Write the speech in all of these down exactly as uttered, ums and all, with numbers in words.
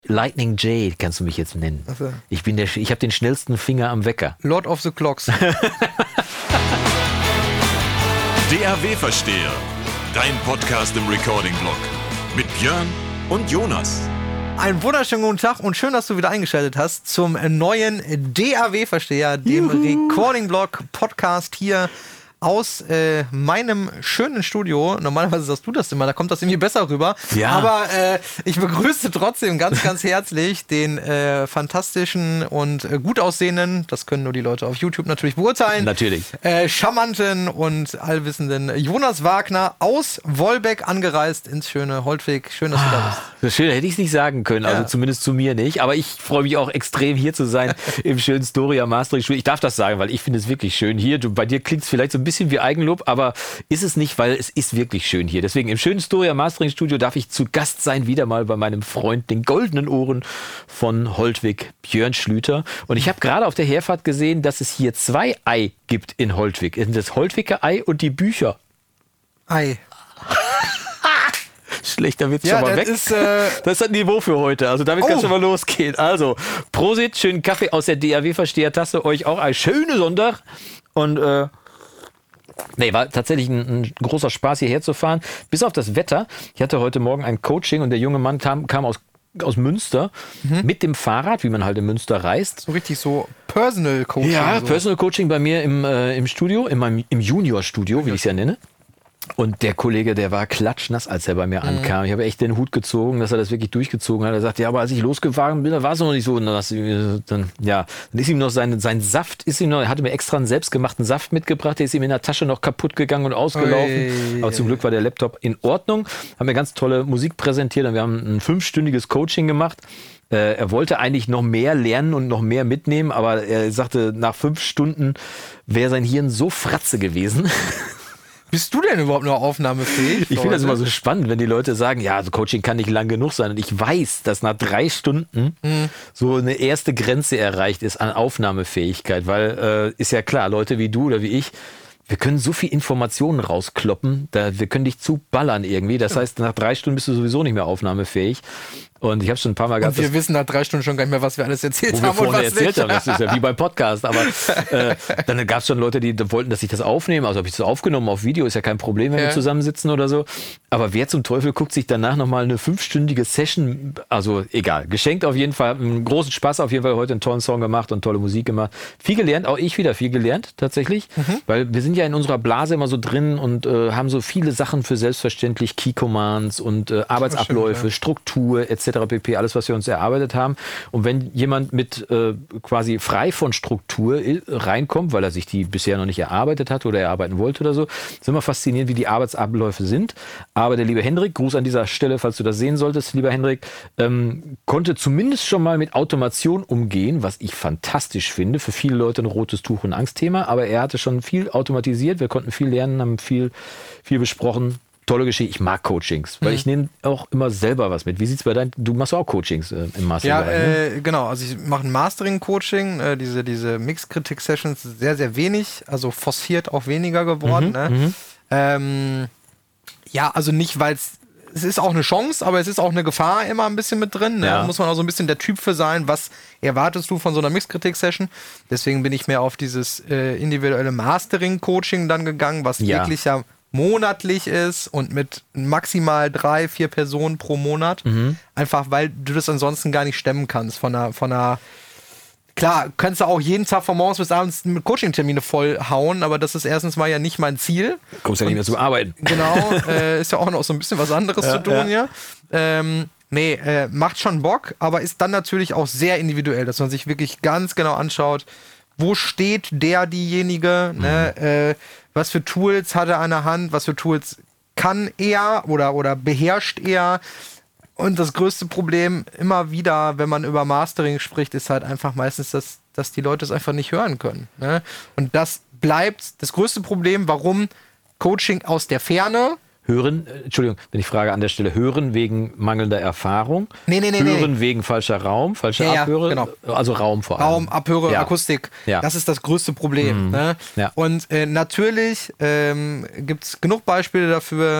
Lightning J kannst du mich jetzt nennen. Ach so. Ich bin der, ich habe den schnellsten Finger am Wecker. Lord of the Clocks. D A W-Versteher, dein Podcast im Recording-Blog mit Björn und Jonas. Einen wunderschönen guten Tag und schön, dass du wieder eingeschaltet hast zum neuen D A W-Versteher, dem Recording-Blog-Podcast hier aus äh, meinem schönen Studio. Normalerweise sagst du das immer, da kommt das irgendwie besser rüber. Ja. Aber äh, ich begrüße trotzdem ganz, ganz herzlich den äh, fantastischen und äh, gut aussehenden, das können nur die Leute auf YouTube natürlich beurteilen, Natürlich. äh, charmanten und allwissenden Jonas Wagner aus Wolbeck angereist ins schöne Holtwig. Schön, dass du da bist. So schön hätte ich es nicht sagen können, also Ja. zumindest zu mir nicht. Aber ich freue mich auch extrem, hier zu sein im schönen Storia Mastering Studio. Ich darf das sagen, weil ich finde es wirklich schön hier. Du, bei dir klingt es vielleicht so ein bisschen wie Eigenlob, aber ist es nicht, weil es ist wirklich schön hier. Deswegen im schönen Storia Mastering Studio darf ich zu Gast sein, wieder mal bei meinem Freund, den goldenen Ohren von Holtwig, Björn Schlüter. Und ich habe gerade auf der Herfahrt gesehen, dass es hier zwei Ei gibt in Holtwig. Das Holtwiger Ei und die Bücher. Ei. Schlechter Witz Ja, schon mal das weg. ist, äh, das ist das Niveau für heute. Also damit kann Oh. schon mal losgehen. Also, Prosit, schönen Kaffee aus der D A W-Versteher-Tasse. Euch auch einen schönen Sonntag. Und, äh, nee, war tatsächlich ein, ein großer Spaß, hierher zu fahren. Bis auf das Wetter. Ich hatte heute Morgen ein Coaching und der junge Mann kam, kam aus, aus Münster mit dem Fahrrad, wie man halt in Münster reist. so richtig so Personal Coaching. Ja, so. Personal Coaching bei mir im, äh, im Studio, in meinem, im Junior-Studio, wie ich es ja nenne. Und der Kollege, der war klatschnass, als er bei mir ankam. Ich habe echt den Hut gezogen, dass er das wirklich durchgezogen hat. Er sagt, ja, aber als ich losgefahren bin, da war es noch nicht so. Und dann, hast du- dann, ja, dann ist ihm noch sein, sein Saft, ist ihm noch, er hatte mir extra einen selbstgemachten Saft mitgebracht, der ist ihm in der Tasche noch kaputt gegangen und ausgelaufen. Ui. Aber zum Glück war der Laptop in Ordnung. Haben mir ganz tolle Musik präsentiert und wir haben ein fünfstündiges Coaching gemacht. Äh, er wollte eigentlich noch mehr lernen und noch mehr mitnehmen, aber er sagte, nach fünf Stunden wäre sein Hirn so fratze gewesen. Bist du denn überhaupt noch aufnahmefähig? Ich finde das Leute? immer so spannend, wenn die Leute sagen, ja, so Coaching kann nicht lang genug sein. Und ich weiß, dass nach drei Stunden so eine erste Grenze erreicht ist an Aufnahmefähigkeit. Weil äh, ist ja klar, Leute wie du oder wie ich, wir können so viel Informationen rauskloppen, da, wir können dich zuballern irgendwie. Das heißt, nach drei Stunden bist du sowieso nicht mehr aufnahmefähig. Und ich habe schon ein paar Mal gehabt, Und wir dass- wissen nach drei Stunden schon gar nicht mehr, was wir alles erzählt wo wir haben und vorne was erzählt nicht. haben. Das ist ja wie beim Podcast. Aber äh, dann gab es schon Leute, die wollten, dass ich das aufnehme. Also habe ich das aufgenommen auf Video, ist ja kein Problem, wenn Ja. wir zusammensitzen oder so. Aber wer zum Teufel guckt sich danach nochmal eine fünfstündige Session, also egal, geschenkt auf jeden Fall, einen großen Spaß auf jeden Fall, heute einen tollen Song gemacht und tolle Musik gemacht. Viel gelernt, auch ich wieder viel gelernt tatsächlich, weil wir sind ja in unserer Blase immer so drin und äh, haben so viele Sachen für selbstverständlich, Key Commands und äh, Arbeitsabläufe, ja. Struktur et cetera pp, alles, was wir uns erarbeitet haben. Und wenn jemand mit äh, quasi frei von Struktur i- reinkommt, weil er sich die bisher noch nicht erarbeitet hat oder erarbeiten wollte oder so, ist immer faszinierend, wie die Arbeitsabläufe sind. Aber der liebe Hendrik, Gruß an dieser Stelle, falls du das sehen solltest, lieber Hendrik, ähm, konnte zumindest schon mal mit Automation umgehen, was ich fantastisch finde. Für viele Leute ein rotes Tuch und Angstthema, aber er hatte schon viel automatisiert. Wir konnten viel lernen, haben viel, viel besprochen. Tolle Geschichte. Ich mag Coachings, weil ich nehme auch immer selber was mit. Wie sieht's bei deinem, du machst auch Coachings äh, im Mastering? Ja, ne? äh, genau. Also ich mache ein Mastering-Coaching, äh, diese, diese Mix-Kritik-Sessions sehr, sehr wenig, also forciert auch weniger geworden. Mhm, ne? ähm, ja, also nicht, weil es es ist auch eine Chance, aber es ist auch eine Gefahr immer ein bisschen mit drin. Ne? Ja. Da muss man auch so ein bisschen der Typ für sein. Was erwartest du von so einer Mix-Kritik-Session? Deswegen bin ich mehr auf dieses äh, individuelle Mastering-Coaching dann gegangen, was Ja. wirklich ja monatlich ist und mit maximal drei, vier Personen pro Monat. Einfach weil du das ansonsten gar nicht stemmen kannst. Von einer, von einer Klar, kannst du auch jeden Tag von morgens bis abends mit Coaching-Termine vollhauen, aber das ist erstens mal ja nicht mein Ziel. Kommst ja nicht mehr zum Arbeiten. Genau, äh, ist ja auch noch so ein bisschen was anderes Ja, zu tun ja. hier. Ähm, nee, äh, macht schon Bock, aber ist dann natürlich auch sehr individuell, dass man sich wirklich ganz genau anschaut, wo steht der, diejenige, ne? äh, was für Tools hat er an der Hand, was für Tools kann er oder, oder beherrscht er. Und das größte Problem immer wieder, wenn man über Mastering spricht, ist halt einfach meistens, dass, dass die Leute es einfach nicht hören können. Ne? Und das bleibt das größte Problem, warum Coaching aus der Ferne. Hören, äh, Entschuldigung, wenn ich frage an der Stelle, hören wegen mangelnder Erfahrung, Nee, nee, nee, hören wegen falscher Raum, falscher Ja, ja, Abhöre, genau. also Raum vor allem. Raum, Abhöre, Ja. Akustik, Ja. das ist das größte Problem. Ne? Ja. Und äh, natürlich ähm, gibt es genug Beispiele dafür,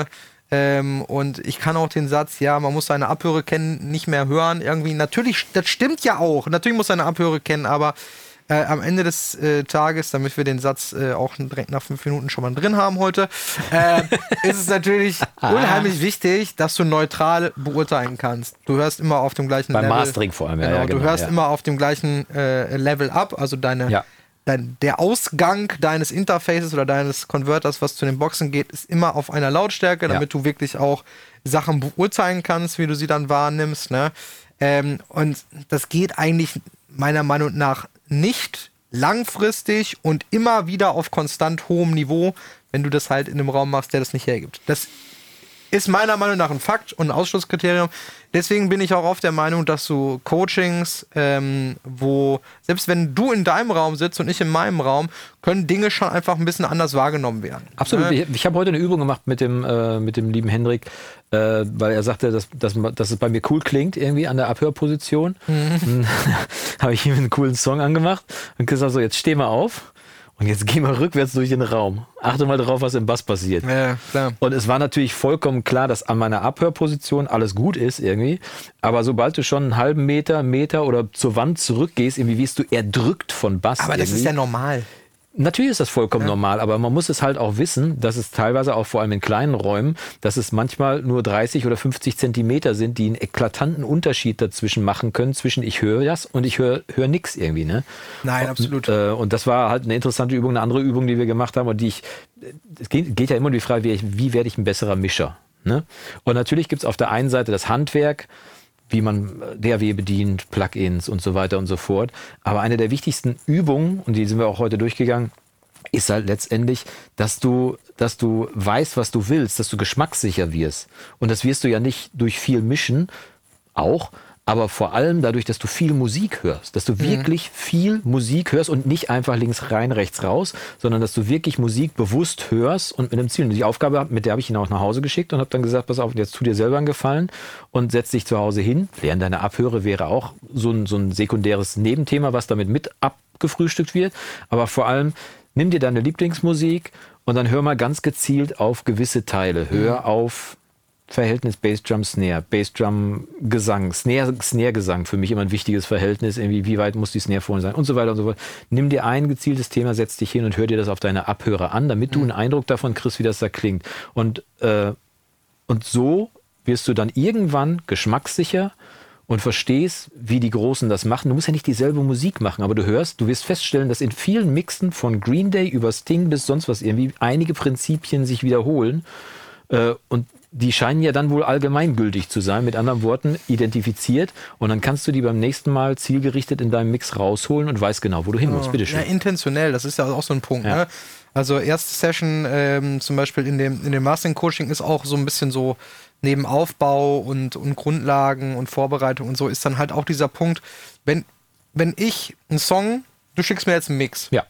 Ähm, und ich kann auch den Satz, ja, man muss seine Abhöre kennen, nicht mehr hören. Irgendwie, natürlich, das stimmt ja auch. Natürlich muss seine Abhöre kennen, aber äh, am Ende des äh, Tages, damit wir den Satz äh, auch direkt nach fünf Minuten schon mal drin haben heute, äh, ist es natürlich unheimlich wichtig, dass du neutral beurteilen kannst. Du hörst immer auf dem gleichen Beim Level. Beim Mastering vor allem, ja. Genau, ja, genau du hörst ja. immer auf dem gleichen äh, Level ab, also deine ja. Dein, der Ausgang deines Interfaces oder deines Converters, was zu den Boxen geht, ist immer auf einer Lautstärke, damit ja. du wirklich auch Sachen beurteilen kannst, wie du sie dann wahrnimmst. Ne? Ähm, und das geht eigentlich meiner Meinung nach nicht langfristig und immer wieder auf konstant hohem Niveau, wenn du das halt in einem Raum machst, der das nicht hergibt. Das ist meiner Meinung nach ein Fakt und ein Ausschlusskriterium. Deswegen bin ich auch oft der Meinung, dass so Coachings, ähm, wo, selbst wenn du in deinem Raum sitzt und ich in meinem Raum, können Dinge schon einfach ein bisschen anders wahrgenommen werden. Absolut. Ne? Ich, ich habe heute eine Übung gemacht mit dem, äh, mit dem lieben Hendrik, äh, weil er sagte, dass, dass, dass es bei mir cool klingt, irgendwie an der Abhörposition. Mhm. Habe ich ihm einen coolen Song angemacht und gesagt, so, jetzt steh mal auf. Und jetzt geh mal rückwärts durch den Raum. Achte mal drauf, was im Bass passiert. Ja, klar. Und es war natürlich vollkommen klar, dass an meiner Abhörposition alles gut ist irgendwie. Aber sobald du schon einen halben Meter, Meter oder zur Wand zurückgehst, irgendwie wirst du erdrückt von Bass. Aber das irgendwie. ist ja normal. Natürlich ist das vollkommen ja. normal, aber man muss es halt auch wissen, dass es teilweise auch vor allem in kleinen Räumen, dass es manchmal nur dreißig oder fünfzig Zentimeter sind, die einen eklatanten Unterschied dazwischen machen können, zwischen ich höre das und ich höre hör nix irgendwie. Ne? Nein, absolut. Und, äh, und das war halt eine interessante Übung, eine andere Übung, die wir gemacht haben und die ich, es geht, geht ja immer um die Frage, wie, ich, wie werde ich ein besserer Mischer? Ne? Und natürlich gibt es auf der einen Seite das Handwerk, wie man D A W bedient, Plugins und so weiter und so fort. Aber eine der wichtigsten Übungen, und die sind wir auch heute durchgegangen, ist halt letztendlich, dass du, dass du weißt, was du willst, dass du geschmackssicher wirst. Und das wirst du ja nicht durch viel Mischen, auch, aber vor allem dadurch, dass du viel Musik hörst, dass du mhm. wirklich viel Musik hörst und nicht einfach links rein, rechts raus, sondern dass du wirklich Musik bewusst hörst und mit einem Ziel. Und die Aufgabe, mit der habe ich ihn auch nach Hause geschickt und habe dann gesagt, pass auf, jetzt tu dir selber einen Gefallen und setz dich zu Hause hin. Lern deine Abhöre wäre auch so ein, so ein sekundäres Nebenthema, was damit mit abgefrühstückt wird. Aber vor allem, nimm dir deine Lieblingsmusik und dann hör mal ganz gezielt auf gewisse Teile. Hör mhm. auf Verhältnis Bassdrum, Snare, Bassdrum, Gesang, Snare, Snare-Gesang, für mich immer ein wichtiges Verhältnis, irgendwie, wie weit muss die Snare vorne sein und so weiter und so fort. Nimm dir ein gezieltes Thema, setz dich hin und hör dir das auf deine Abhörer an, damit du einen Eindruck davon kriegst, wie das da klingt. Und, äh, und so wirst du dann irgendwann geschmackssicher und verstehst, wie die Großen das machen. Du musst ja nicht dieselbe Musik machen, aber du hörst, du wirst feststellen, dass in vielen Mixen von Green Day über Sting bis sonst was irgendwie einige Prinzipien sich wiederholen äh, und die scheinen ja dann wohl allgemeingültig zu sein, mit anderen Worten identifiziert. Und dann kannst du die beim nächsten Mal zielgerichtet in deinem Mix rausholen und weißt genau, wo du hin musst. Ja, Bitteschön. ja, intentionell, das ist ja auch so ein Punkt. Ja. Ne? Also erste Session ähm, zum Beispiel in dem, in dem Mastering-Coaching ist auch so ein bisschen so neben Aufbau und, und Grundlagen und Vorbereitung und so ist dann halt auch dieser Punkt, wenn, wenn ich einen Song, du schickst mir jetzt einen Mix. Ja.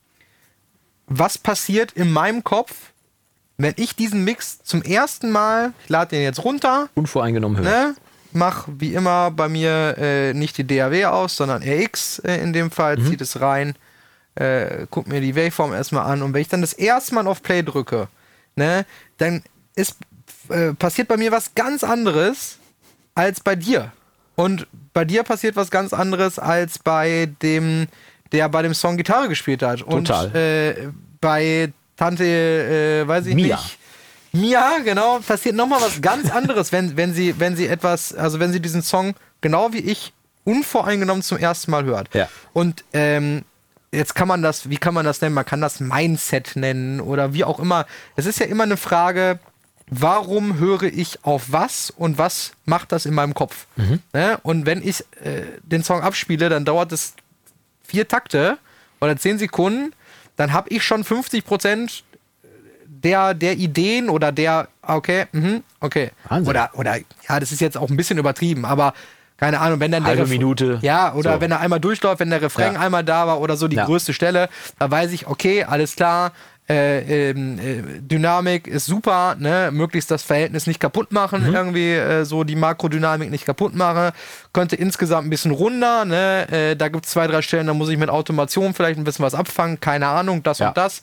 Was passiert in meinem Kopf, wenn ich diesen Mix zum ersten Mal, ich lade den jetzt runter, unvoreingenommen höre, ne, mach wie immer bei mir äh, nicht die D A W aus, sondern R X äh, in dem Fall, mhm. zieht es rein, äh, guck mir die Waveform erstmal an und wenn ich dann das erste Mal auf Play drücke, ne, dann ist, äh, passiert bei mir was ganz anderes als bei dir. Und bei dir passiert was ganz anderes als bei dem, der bei dem Song Gitarre gespielt hat. Total. Und äh, bei Tante, äh, weiß ich Mia. nicht. Mia, genau, passiert nochmal was ganz anderes, wenn, wenn sie, wenn sie etwas, also wenn sie diesen Song, genau wie ich, unvoreingenommen zum ersten Mal hört. Ja. Und ähm, jetzt kann man das, wie kann man das nennen? Man kann das Mindset nennen oder wie auch immer. Es ist ja immer eine Frage, warum höre ich auf was und was macht das in meinem Kopf? Mhm. Ne? Und wenn ich äh, den Song abspiele, dann dauert es vier Takte oder zehn Sekunden, dann habe ich schon fünfzig Prozent der, der Ideen oder der, okay, mh, okay. Wahnsinn. Oder, oder, ja, das ist jetzt auch ein bisschen übertrieben, aber keine Ahnung, wenn dann der halbe Ref- Minute. Ja, oder so. wenn er einmal durchläuft, wenn der Refrain Ja. einmal da war oder so die Ja. größte Stelle, da weiß ich, okay, alles klar, äh, ähm, äh, Dynamik ist super, ne, möglichst das Verhältnis nicht kaputt machen, mhm. irgendwie äh, so die Makrodynamik nicht kaputt machen, könnte insgesamt ein bisschen runder, ne, äh, da gibt es zwei, drei Stellen, da muss ich mit Automation vielleicht ein bisschen was abfangen, keine Ahnung, das Ja. und das.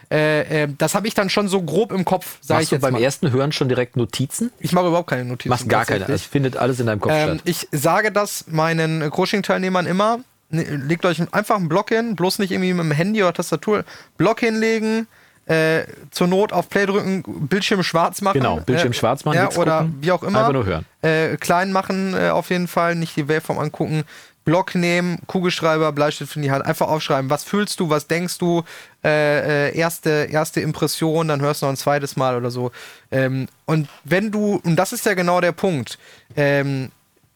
Äh, äh, das habe ich dann schon so grob im Kopf, sage ich Machst du jetzt beim mal. ersten Hören schon direkt Notizen? Ich mache überhaupt keine Notizen. Machst gar keine. tatsächlich. Es findet alles in deinem Kopf Ähm, statt. ich sage das meinen Coaching-Teilnehmern immer. Ne, legt euch einfach einen Block hin, bloß nicht irgendwie mit dem Handy oder Tastatur. Block hinlegen, äh, zur Not auf Play drücken, Bildschirm schwarz machen. Genau, Bildschirm äh, schwarz machen, ja, nichts oder gucken, wie auch immer. einfach nur hören. Äh, klein machen äh, auf jeden Fall, nicht die Waveform angucken. Block nehmen, Kugelschreiber, Bleistift in die Hand, einfach aufschreiben. Was fühlst du, was denkst du? Äh, äh, erste, erste Impression, dann hörst du noch ein zweites Mal oder so. Ähm, und wenn du, und das ist ja genau der Punkt, ähm,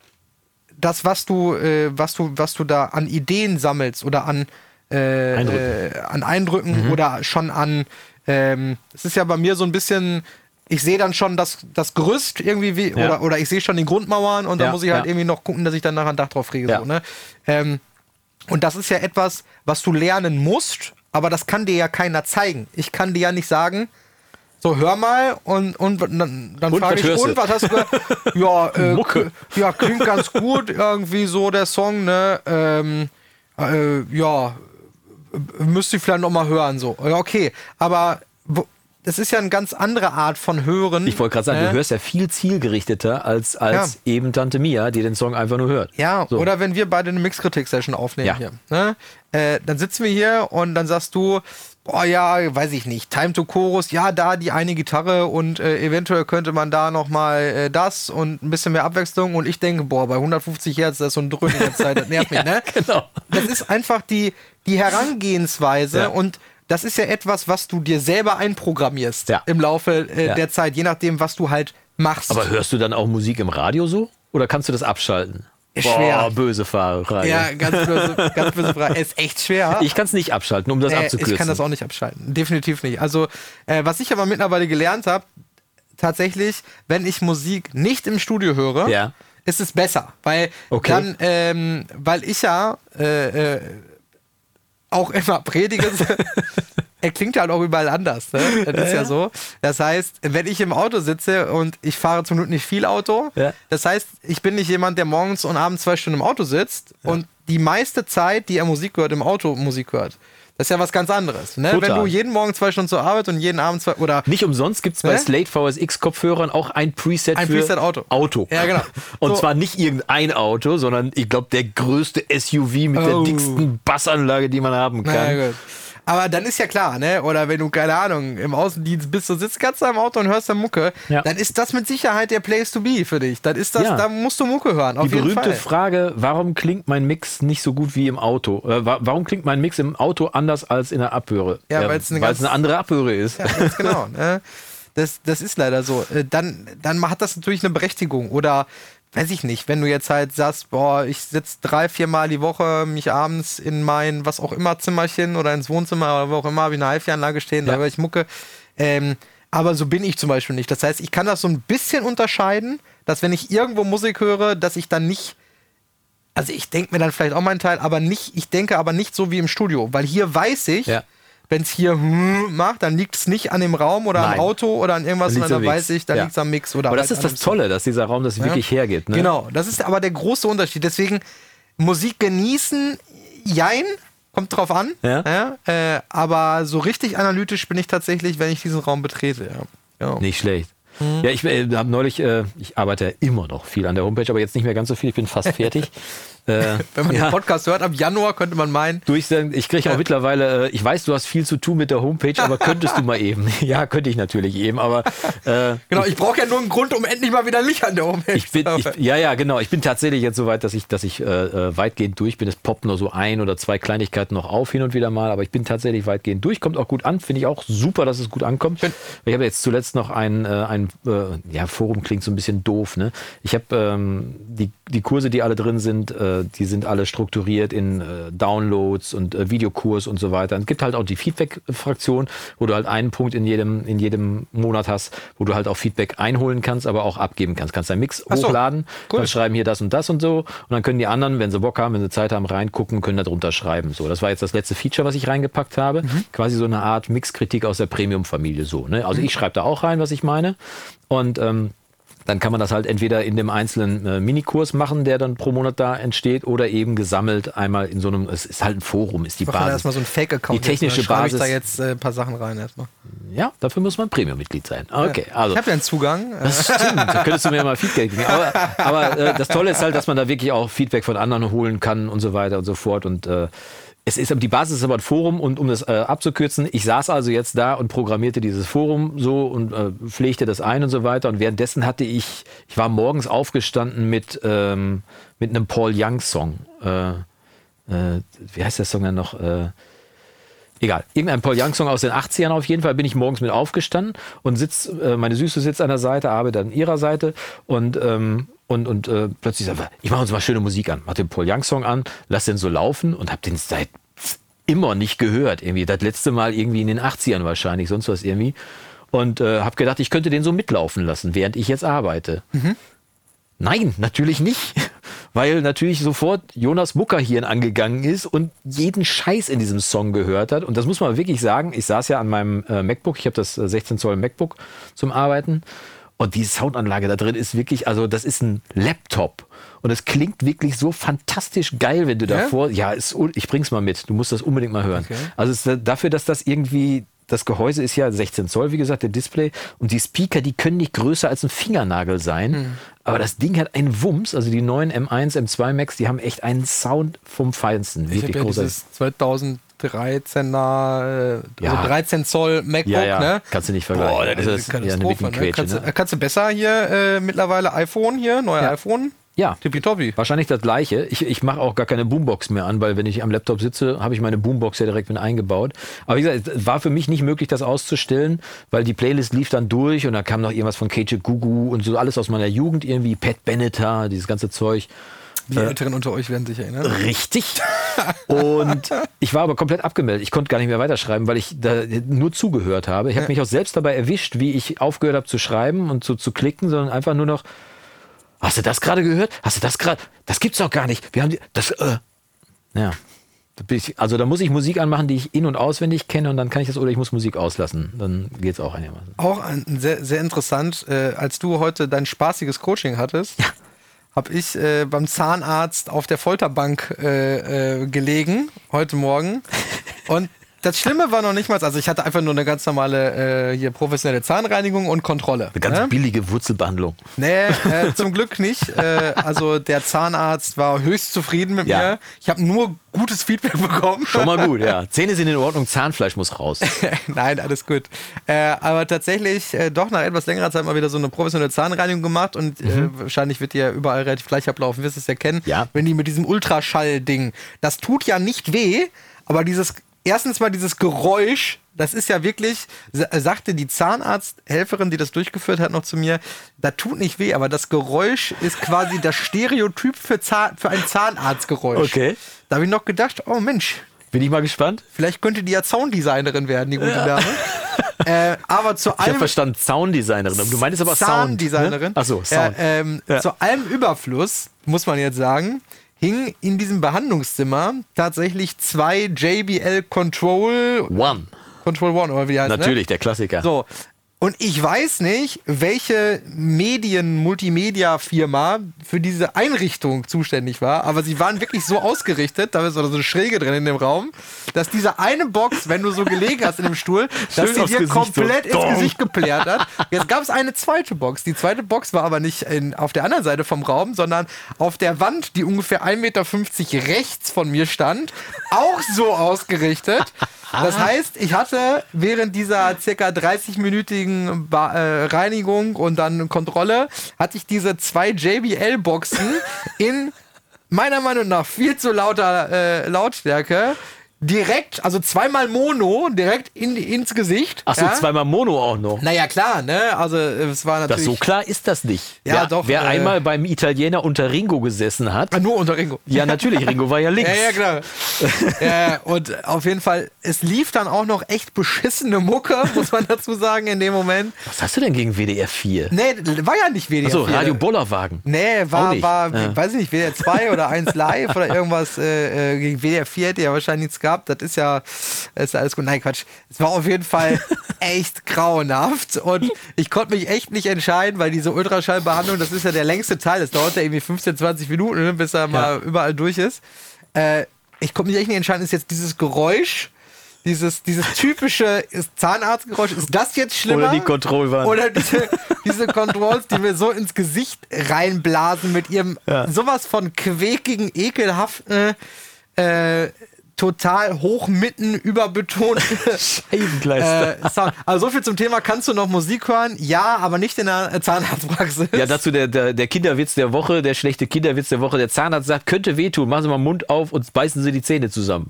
das, was du, äh, was du, was du da an Ideen sammelst oder an äh, Eindrücken, äh, an Eindrücken mhm. oder schon an, ähm, es ist ja bei mir so ein bisschen, ich sehe dann schon das, das Gerüst irgendwie, wie, Ja. oder, oder ich sehe schon die Grundmauern und dann Ja, muss ich halt ja. irgendwie noch gucken, dass ich dann nachher ein Dach drauf kriege. Ja. So, ne? ähm, und das ist ja etwas, was du lernen musst, aber das kann dir ja keiner zeigen. Ich kann dir ja nicht sagen, so hör mal und, und dann, dann Und, frage was ich, hörst und du? was hast du gehört? Ja, äh, Mucke. k- ja, klingt ganz gut, irgendwie so der Song, ne? Ähm, äh, ja, müsste ich vielleicht noch mal hören, so. Ja, okay, aber wo, das ist ja eine ganz andere Art von Hören. Ich wollte gerade sagen, ne? du hörst ja viel zielgerichteter als, als eben Tante Mia, die den Song einfach nur hört. Ja, So. oder wenn wir beide eine Mixkritik-Session aufnehmen Ja. hier. Ne? Äh, dann sitzen wir hier und dann sagst du, boah, ja, weiß ich nicht, Time to Chorus, ja, da die eine Gitarre und äh, eventuell könnte man da noch mal äh, das und ein bisschen mehr Abwechslung und ich denke, boah, bei hundertfünfzig Hertz, das ist so ein Dröhnen in der Zeit, das nervt mich, ne? Genau. Das ist einfach die, die Herangehensweise Ja. und das ist ja etwas, was du dir selber einprogrammierst Ja. im Laufe äh, Ja. der Zeit, je nachdem, was du halt machst. Aber hörst du dann auch Musik im Radio so? Oder kannst du das abschalten? Schwer. Boah, böse Fahrerei. ja, ganz böse, ganz böse Frage. Ist echt schwer. Ich kann es nicht abschalten, um das Äh, abzukürzen. ich kann das auch nicht abschalten. Definitiv nicht. Also, äh, was ich aber mittlerweile gelernt habe, tatsächlich, wenn ich Musik nicht im Studio höre, Ja. ist es besser. Weil Okay. dann, ähm, weil ich ja äh, äh, auch immer predige, er klingt halt auch überall anders. Ne? Das ist ja so. Das heißt, wenn ich im Auto sitze und ich fahre zum Glück nicht viel Auto, Ja. das heißt, ich bin nicht jemand, der morgens und abends zwei Stunden im Auto sitzt und die meiste Zeit, die er Musik hört, im Auto Musik hört. Das ist ja was ganz anderes. Ne? Total. Wenn du jeden Morgen zwei Stunden zur Arbeit und jeden Abend zwei oder Nicht umsonst gibt es bei Ne? Slate V S X-Kopfhörern auch ein Preset Ein für Preset Auto. Auto. Ja, genau. Und So. zwar nicht irgendein Auto, sondern ich glaube der größte S U V mit Oh. der dicksten Bassanlage, die man haben kann. naja, gut. Aber dann ist ja klar, ne? Oder wenn du, keine Ahnung, im Außendienst bist, du sitzt ganz im Auto und hörst dann Mucke, Ja. dann ist das mit Sicherheit der Place to be für dich. Dann ist das, Ja. da musst du Mucke hören, auf Die jeden berühmte Fall. Frage, warum klingt mein Mix nicht so gut wie im Auto? Äh, wa- warum klingt mein Mix im Auto anders als in der Abhöre? Ja, Äh, weil's eine weil's ganz- eine andere Abhöre ist. Ja, ganz genau. Ne? Das, das ist leider so. Äh, Dann, dann hat das natürlich eine Berechtigung. Oder, weiß ich nicht, wenn du jetzt halt sagst, boah, ich sitze drei, vier Mal die Woche mich abends in mein, was auch immer, Zimmerchen oder ins Wohnzimmer oder wo auch immer, habe ich eine HiFi-Anlage stehen, da Ja. höre ich Mucke. Ähm, aber so bin ich zum Beispiel nicht. Das heißt, ich kann das so ein bisschen unterscheiden, dass wenn ich irgendwo Musik höre, dass ich dann nicht, also ich denke mir dann vielleicht auch meinen Teil, aber nicht, ich denke aber nicht so wie im Studio, weil hier weiß ich, Ja. wenn es hier hm macht, dann liegt es nicht an dem Raum oder Nein. am Auto oder an irgendwas, Dann liegt's sondern dann am weiß Mix. ich, dann Ja. liegt es am Mix. Oder Aber das halt ist an das dem Tolle, dass dieser Raum das wirklich hergibt. Ne? Genau, das ist aber der große Unterschied. Deswegen Musik genießen, jein, kommt drauf an. Ja. äh, aber so richtig analytisch bin ich tatsächlich, wenn ich diesen Raum betrete. Ja. Ja. Nicht schlecht. Ja, ich äh, habe neulich, äh, ich arbeite ja immer noch viel an der Homepage, aber jetzt nicht mehr ganz so viel, ich bin fast fertig. äh, Wenn man ja, den Podcast hört, ab Januar könnte man meinen, durchsagen, ich kriege auch mittlerweile, äh, ich weiß, du hast viel zu tun mit der Homepage, aber könntest du mal eben? Ja, könnte ich natürlich eben, aber äh, genau, ich brauche ja nur einen Grund, um endlich mal wieder Licht an der Homepage ich bin, zu ich, haben. ja, ja, genau. Ich bin tatsächlich jetzt so weit, dass ich, dass ich äh, äh, weitgehend durch bin. Es poppt nur so ein oder zwei Kleinigkeiten noch auf hin und wieder mal, aber ich bin tatsächlich weitgehend durch. Kommt auch gut an. Finde ich auch super, dass es gut ankommt. Ich habe jetzt zuletzt noch ein, äh, ein äh, ja, Forum klingt so ein bisschen doof. Ne? Ich habe ähm, die, die Kurse, die alle drin sind, äh, die sind alle strukturiert in äh, Downloads und äh, Videokurs und so weiter. Und es gibt halt auch die Feedback-Fraktion, wo du halt einen Punkt in jedem, in jedem Monat hast, wo du halt auch Feedback einholen kannst, aber auch abgeben kannst. Kannst deinen Mix Ach so, hochladen, cool. dann schreiben hier das und das und so. Und dann können die anderen, wenn sie Bock haben, wenn sie Zeit haben, reingucken, können da drunter schreiben. So, das war jetzt das letzte Feature, was ich reingepackt habe. Mhm. Quasi so eine Art Mixkritik aus der Premium-Familie. So, ne? Also ich schreibe da auch rein, was ich meine. Und ähm, dann kann man das halt entweder in dem einzelnen äh, Minikurs machen, der dann pro Monat da entsteht, oder eben gesammelt einmal in so einem, es ist halt ein Forum, ist die Ich Basis. mache erstmal so ein Fake-Account. Die technische jetzt, dann schreibe Basis. ich da jetzt äh, ein paar Sachen rein erstmal. Ja, dafür muss man Premium-Mitglied sein. Okay, also. Ich habe ja einen Zugang. Das stimmt, da könntest du mir mal Feedback geben. Aber, aber äh, das Tolle ist halt, dass man da wirklich auch Feedback von anderen holen kann und so weiter und so fort. Und äh, es ist, die Basis ist aber ein Forum, und um das äh, abzukürzen, ich saß also jetzt da und programmierte dieses Forum so und äh, pflegte das ein und so weiter. Und währenddessen hatte ich, ich war morgens aufgestanden mit, ähm, mit einem Paul Young-Song. Äh, äh, wie heißt der Song dann noch? Äh, Egal, irgendein Paul Young-Song aus den achtzigern auf jeden Fall, bin ich morgens mit aufgestanden und sitz, äh, meine Süße sitzt an der Seite, arbeitet an ihrer Seite und, ähm, und, und äh, plötzlich sagt, ich mache uns mal schöne Musik an, mach den Paul Young-Song an, lass den so laufen und hab den seit immer nicht gehört, irgendwie, das letzte Mal irgendwie in den achtzigern wahrscheinlich, sonst was irgendwie, und äh, hab gedacht, ich könnte den so mitlaufen lassen, während ich jetzt arbeite. Mhm. Nein, natürlich nicht. Weil natürlich sofort Jonas Muckerhirn angegangen ist und jeden Scheiß in diesem Song gehört hat. Und das muss man wirklich sagen. Ich saß ja an meinem äh, MacBook. Ich habe das äh, sechzehn Zoll MacBook zum Arbeiten. Und die Soundanlage da drin ist wirklich, also das ist ein Laptop. Und es klingt wirklich so fantastisch geil, wenn du Ja? davor... Ja, ist, ich bring's mal mit. Du musst das unbedingt mal hören. Okay. Also es ist dafür, dass das irgendwie... Das Gehäuse ist ja sechzehn Zoll, wie gesagt, der Display. Und die Speaker, die können nicht größer als ein Fingernagel sein. Hm. Aber das Ding hat einen Wumms. Also die neuen M eins, M zwei Max, die haben echt einen Sound vom Feinsten. Ich habe ja dieses zweitausenddreizehner, äh, Ja. also dreizehn Zoll MacBook, Ja, ja, ne? kannst du nicht vergleichen. Boah, das Also ist eine ja eine Katastrophe, ne? Wickenquetsche, Kannst, du- ne? kannst du besser hier äh, mittlerweile iPhone hier, neue Ja. iPhone? Ja, Tippitoppi. wahrscheinlich das Gleiche. Ich, ich mache auch gar keine Boombox mehr an, weil wenn ich am Laptop sitze, habe ich meine Boombox ja direkt mit eingebaut. Aber wie gesagt, es war für mich nicht möglich, das auszustellen, weil die Playlist lief dann durch und da kam noch irgendwas von Keiji Gugu und so alles aus meiner Jugend irgendwie, Pat Benatar, dieses ganze Zeug. Die Älteren unter euch werden sich erinnern. Richtig. Und ich war aber komplett abgemeldet. Ich konnte gar nicht mehr weiterschreiben, weil ich da nur zugehört habe. Ich habe Ja. mich auch selbst dabei erwischt, wie ich aufgehört habe zu schreiben und zu, zu klicken, sondern einfach nur noch, hast du das gerade gehört? Hast du das gerade? Das gibt's doch gar nicht. Wir haben die, das, äh. Ja. Da bin ich, also da muss ich Musik anmachen, die ich in- und auswendig kenne, und dann kann ich das, oder ich muss Musik auslassen. Dann geht's auch einigermaßen. Auch ein, sehr, sehr interessant, äh, als du heute dein spaßiges Coaching hattest, ja. habe ich äh, beim Zahnarzt auf der Folterbank äh, äh, gelegen, heute Morgen. Und das Schlimme war noch nicht mal, also ich hatte einfach nur eine ganz normale äh, hier professionelle Zahnreinigung und Kontrolle. Eine ganz ne? billige Wurzelbehandlung. Nee, äh, zum Glück nicht. Äh, also der Zahnarzt war höchst zufrieden mit Ja. mir. Ich habe nur gutes Feedback bekommen. Schon mal gut, ja. Zähne sind in Ordnung, Zahnfleisch muss raus. Nein, alles gut. Äh, aber tatsächlich äh, doch nach etwas längerer Zeit mal wieder so eine professionelle Zahnreinigung gemacht, und äh, wahrscheinlich wird die ja überall relativ gleich ablaufen, wirst es ja kennen. Ja. Wenn die mit diesem Ultraschall-Ding, das tut ja nicht weh, aber dieses, erstens mal dieses Geräusch, das ist ja wirklich, sa- sagte die Zahnarzthelferin, die das durchgeführt hat, noch zu mir, da tut nicht weh, aber das Geräusch ist quasi das Stereotyp für, Zahn, für ein Zahnarztgeräusch. Okay. Da habe ich noch gedacht, oh Mensch, Bin ich mal gespannt. vielleicht könnte die ja Sounddesignerin werden, die gute Dame. äh, aber zu Ich habe allem verstanden, Sounddesignerin. Du meinst aber Sound. Zahndesignerin. Ne? Achso, Sound. Äh, ähm, Ja. Zu allem Überfluss, muss man jetzt sagen, hing in diesem Behandlungszimmer tatsächlich zwei J B L Control One. Control One, oder wie die heißt, Natürlich, der Klassiker. Ne? So. Und ich weiß nicht, welche Medien-Multimedia-Firma für diese Einrichtung zuständig war, aber sie waren wirklich so ausgerichtet, da ist so eine Schräge drin in dem Raum, dass diese eine Box, wenn du so gelegen hast in dem Stuhl, dass Schön die aufs dir Gesicht komplett so. ins Dong. Gesicht geplärt hat. Jetzt gab es eine zweite Box. Die zweite Box war aber nicht in, auf der anderen Seite vom Raum, sondern auf der Wand, die ungefähr ein Meter fünfzig rechts von mir stand, auch so ausgerichtet. Das heißt, ich hatte während dieser circa dreißig-minütigen ba- äh, Reinigung und dann Kontrolle, hatte ich diese zwei J B L-Boxen in meiner Meinung nach viel zu lauter äh, Lautstärke direkt, also zweimal Mono, direkt in, ins Gesicht. Ach so, ja? zweimal Mono auch noch. Naja, klar, ne? Also es war Das, natürlich... so klar ist das nicht. Ja, wer, doch, Wer äh, einmal beim Italiener unter Ringo gesessen hat. Ah, nur unter Ringo. Ja, natürlich, Ringo war ja links. Ja, ja, klar. ja, und auf jeden Fall, es lief dann auch noch echt beschissene Mucke, muss man dazu sagen, in dem Moment. Was hast du denn gegen W D R vier? Nee, war ja nicht W D R Achso, vier. Radio Bollerwagen. Nee, Auch war, nicht. war Ja. weiß ich nicht, W D R zwei oder eins Live oder irgendwas. Äh, äh, gegen W D R vier hätte ja wahrscheinlich nichts gehabt. gehabt. Das ist ja, ist ja alles gut. Nein, Quatsch. Es war auf jeden Fall echt grauenhaft und ich konnte mich echt nicht entscheiden, weil diese Ultraschallbehandlung, das ist ja der längste Teil. Das dauert ja irgendwie fünfzehn, zwanzig Minuten, bis er mal ja. überall durch ist. Äh, ich konnte mich echt nicht entscheiden, ist jetzt dieses Geräusch, Dieses, dieses typische Zahnarztgeräusch, ist das jetzt schlimmer? Oder die Kontrollwand. Oder diese, diese Controls, die mir so ins Gesicht reinblasen mit ihrem ja. sowas von quäkigen, ekelhaften, äh, total hoch mitten überbetonten Scheibenkleister. Äh, Sound. Also so viel zum Thema, kannst du noch Musik hören? Ja, aber nicht in der Zahnarztpraxis. Ja, dazu der, der, der Kinderwitz der Woche, der schlechte Kinderwitz der Woche. Der Zahnarzt sagt, könnte wehtun, machen Sie mal den Mund auf und beißen Sie die Zähne zusammen.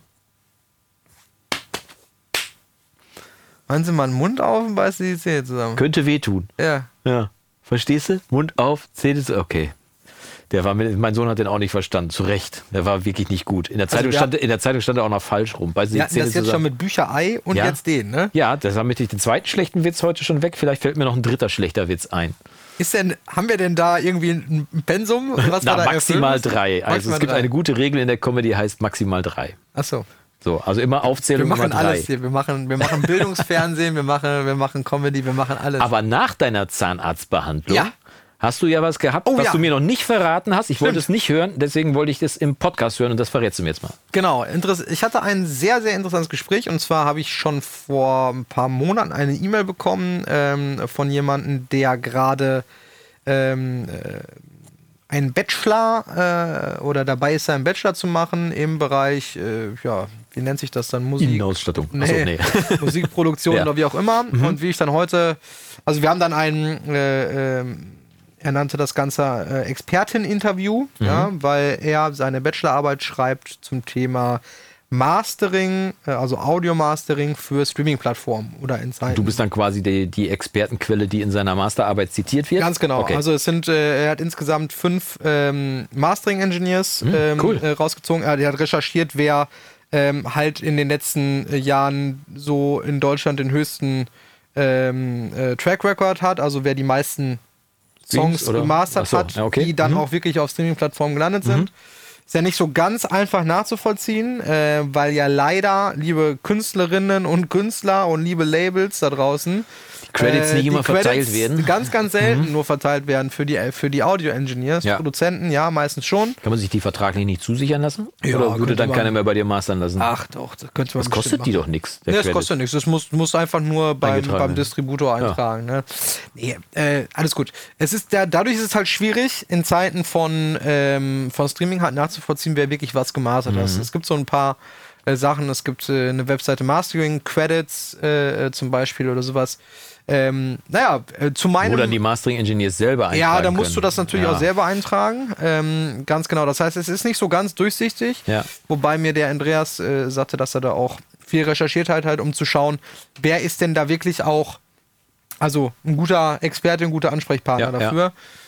Machen Sie mal den Mund auf und beißen Sie die Zähne zusammen. Könnte wehtun. Ja. Ja. Verstehst du? Mund auf, Zähne zusammen. Okay. Der war mit, mein Sohn hat den auch nicht verstanden. Zu Recht. Der war wirklich nicht gut. In der Zeitung, also stand, in der Zeitung stand er auch noch falsch rum. Beißen Sie ja, die Zähne das jetzt zusammen. schon mit Bücherei und ja. jetzt den, ne? Ja, das haben wir den zweiten schlechten Witz heute schon weg. Vielleicht fällt mir noch ein dritter schlechter Witz ein. Ist denn, haben wir denn da irgendwie ein Pensum? Was Na, da maximal drei. Also maximal es gibt drei. eine gute Regel in der Comedy, heißt maximal drei. Ach so. So, also immer Aufzählung wir machen Nummer drei. Alles hier. Wir machen, wir machen Bildungsfernsehen, wir machen, wir machen Comedy, wir machen alles. Aber nach deiner Zahnarztbehandlung ja. hast du ja was gehabt, oh, was ja. du mir noch nicht verraten hast. Ich Stimmt. wollte es nicht hören, deswegen wollte ich das im Podcast hören und das verrätst du mir jetzt mal. Genau. Ich hatte ein sehr, sehr interessantes Gespräch und zwar habe ich schon vor ein paar Monaten eine E-Mail bekommen ähm, von jemandem, der gerade ähm, äh, einen Bachelor äh, oder dabei ist, seinen Bachelor zu machen im Bereich, äh, ja, wie nennt sich das dann? Musik? Innenausstattung. Nee. Achso, nee. Musikproduktion ja. oder wie auch immer. Mhm. Und wie ich dann heute, also wir haben dann ein, äh, äh, er nannte das Ganze äh, Expertin-Interview, mhm. ja, weil er seine Bachelorarbeit schreibt zum Thema Mastering, also Audio-Mastering für Streaming-Plattformen oder in Zeiten. Du bist dann quasi die, die Expertenquelle, die in seiner Masterarbeit zitiert wird? Ganz genau. Okay. Also es sind, äh, er hat insgesamt fünf ähm, Mastering-Engineers hm, ähm, cool. äh, rausgezogen. Er, er hat recherchiert, wer ähm, halt in den letzten äh, Jahren so in Deutschland den höchsten ähm, äh, Track-Record hat, also wer die meisten Songs gemastert so, hat, ja, okay. die dann mhm. auch wirklich auf Streaming-Plattformen gelandet sind. Mhm. Ist ja nicht so ganz einfach nachzuvollziehen, äh, weil ja leider, liebe Künstlerinnen und Künstler und liebe Labels da draußen, Credits äh, nicht immer Credits verteilt werden. Ganz, ganz selten mhm. nur verteilt werden für die, für die Audio-Engineers, ja. Produzenten, ja, meistens schon. Kann man sich die vertraglich nicht zusichern lassen? Ja, oder würde dann man, keiner mehr bei dir mastern lassen? Ach doch, das könnte man Das kostet machen. die doch nichts. Nee, das kostet nichts. Das muss, muss einfach nur beim, beim Distributor eintragen. Ja. Ne? Nee, äh, alles gut. Es ist der, dadurch ist es halt schwierig, in Zeiten von, ähm, von Streaming halt nachzuvollziehen, wer wirklich was gemastert hat. Mhm. Es gibt so ein paar äh, Sachen. Es gibt äh, eine Webseite Mastering, Credits äh, zum Beispiel oder sowas. Ähm, naja, äh, zu meinem... Wo dann die Mastering-Engineers selber eintragen Ja, da musst können. du das natürlich ja. auch selber eintragen. Ähm, ganz genau. Das heißt, es ist nicht so ganz durchsichtig. Ja. Wobei mir der Andreas äh, sagte, dass er da auch viel recherchiert hat, halt, um zu schauen, wer ist denn da wirklich auch, also ein guter Experte, ein guter Ansprechpartner ja, dafür. Ja.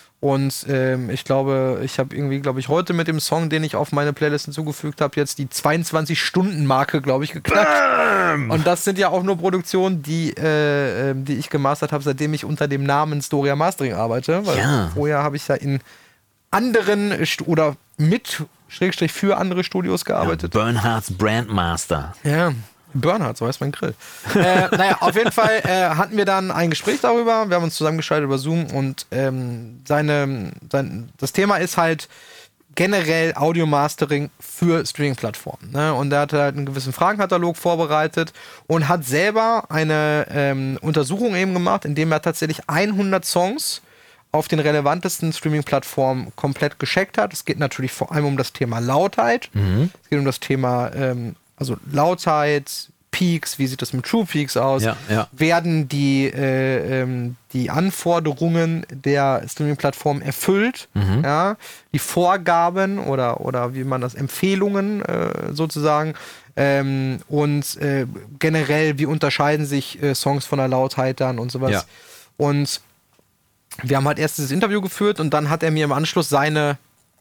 Und ähm, ich glaube, ich habe irgendwie, glaube ich, heute mit dem Song, den ich auf meine Playlist hinzugefügt habe, jetzt die zweiundzwanzig-Stunden-Marke, glaube ich, geknackt. Bam! Und das sind ja auch nur Produktionen, die, äh, die ich gemastert habe, seitdem ich unter dem Namen Storia Mastering arbeite. Weil ja. vorher habe ich ja in anderen St- oder mit, Schrägstrich für andere Studios gearbeitet. Ja, Bernhards Brandmaster. Ja. Bernhard, so heißt mein Grill. äh, naja, auf jeden Fall äh, hatten wir dann ein Gespräch darüber. Wir haben uns zusammengeschaltet über Zoom und ähm, seine, sein, das Thema ist halt generell Audio-Mastering für Streaming-Plattformen. Ne? Und er hat halt einen gewissen Fragenkatalog vorbereitet und hat selber eine ähm, Untersuchung eben gemacht, indem er tatsächlich hundert Songs auf den relevantesten Streaming-Plattformen komplett gecheckt hat. Es geht natürlich vor allem um das Thema Lautheit. Mhm. Es geht um das Thema ähm, Also Lautheit, Peaks, wie sieht das mit True Peaks aus? Ja, ja. Werden die, äh, ähm, die Anforderungen der Streaming-Plattform erfüllt? Mhm. Ja? Die Vorgaben oder, oder wie man das, Empfehlungen äh, sozusagen. Ähm, und äh, generell, wie unterscheiden sich äh, Songs von der Lautheit dann und sowas. Ja. Und wir haben halt erst dieses Interview geführt und dann hat er mir im Anschluss seine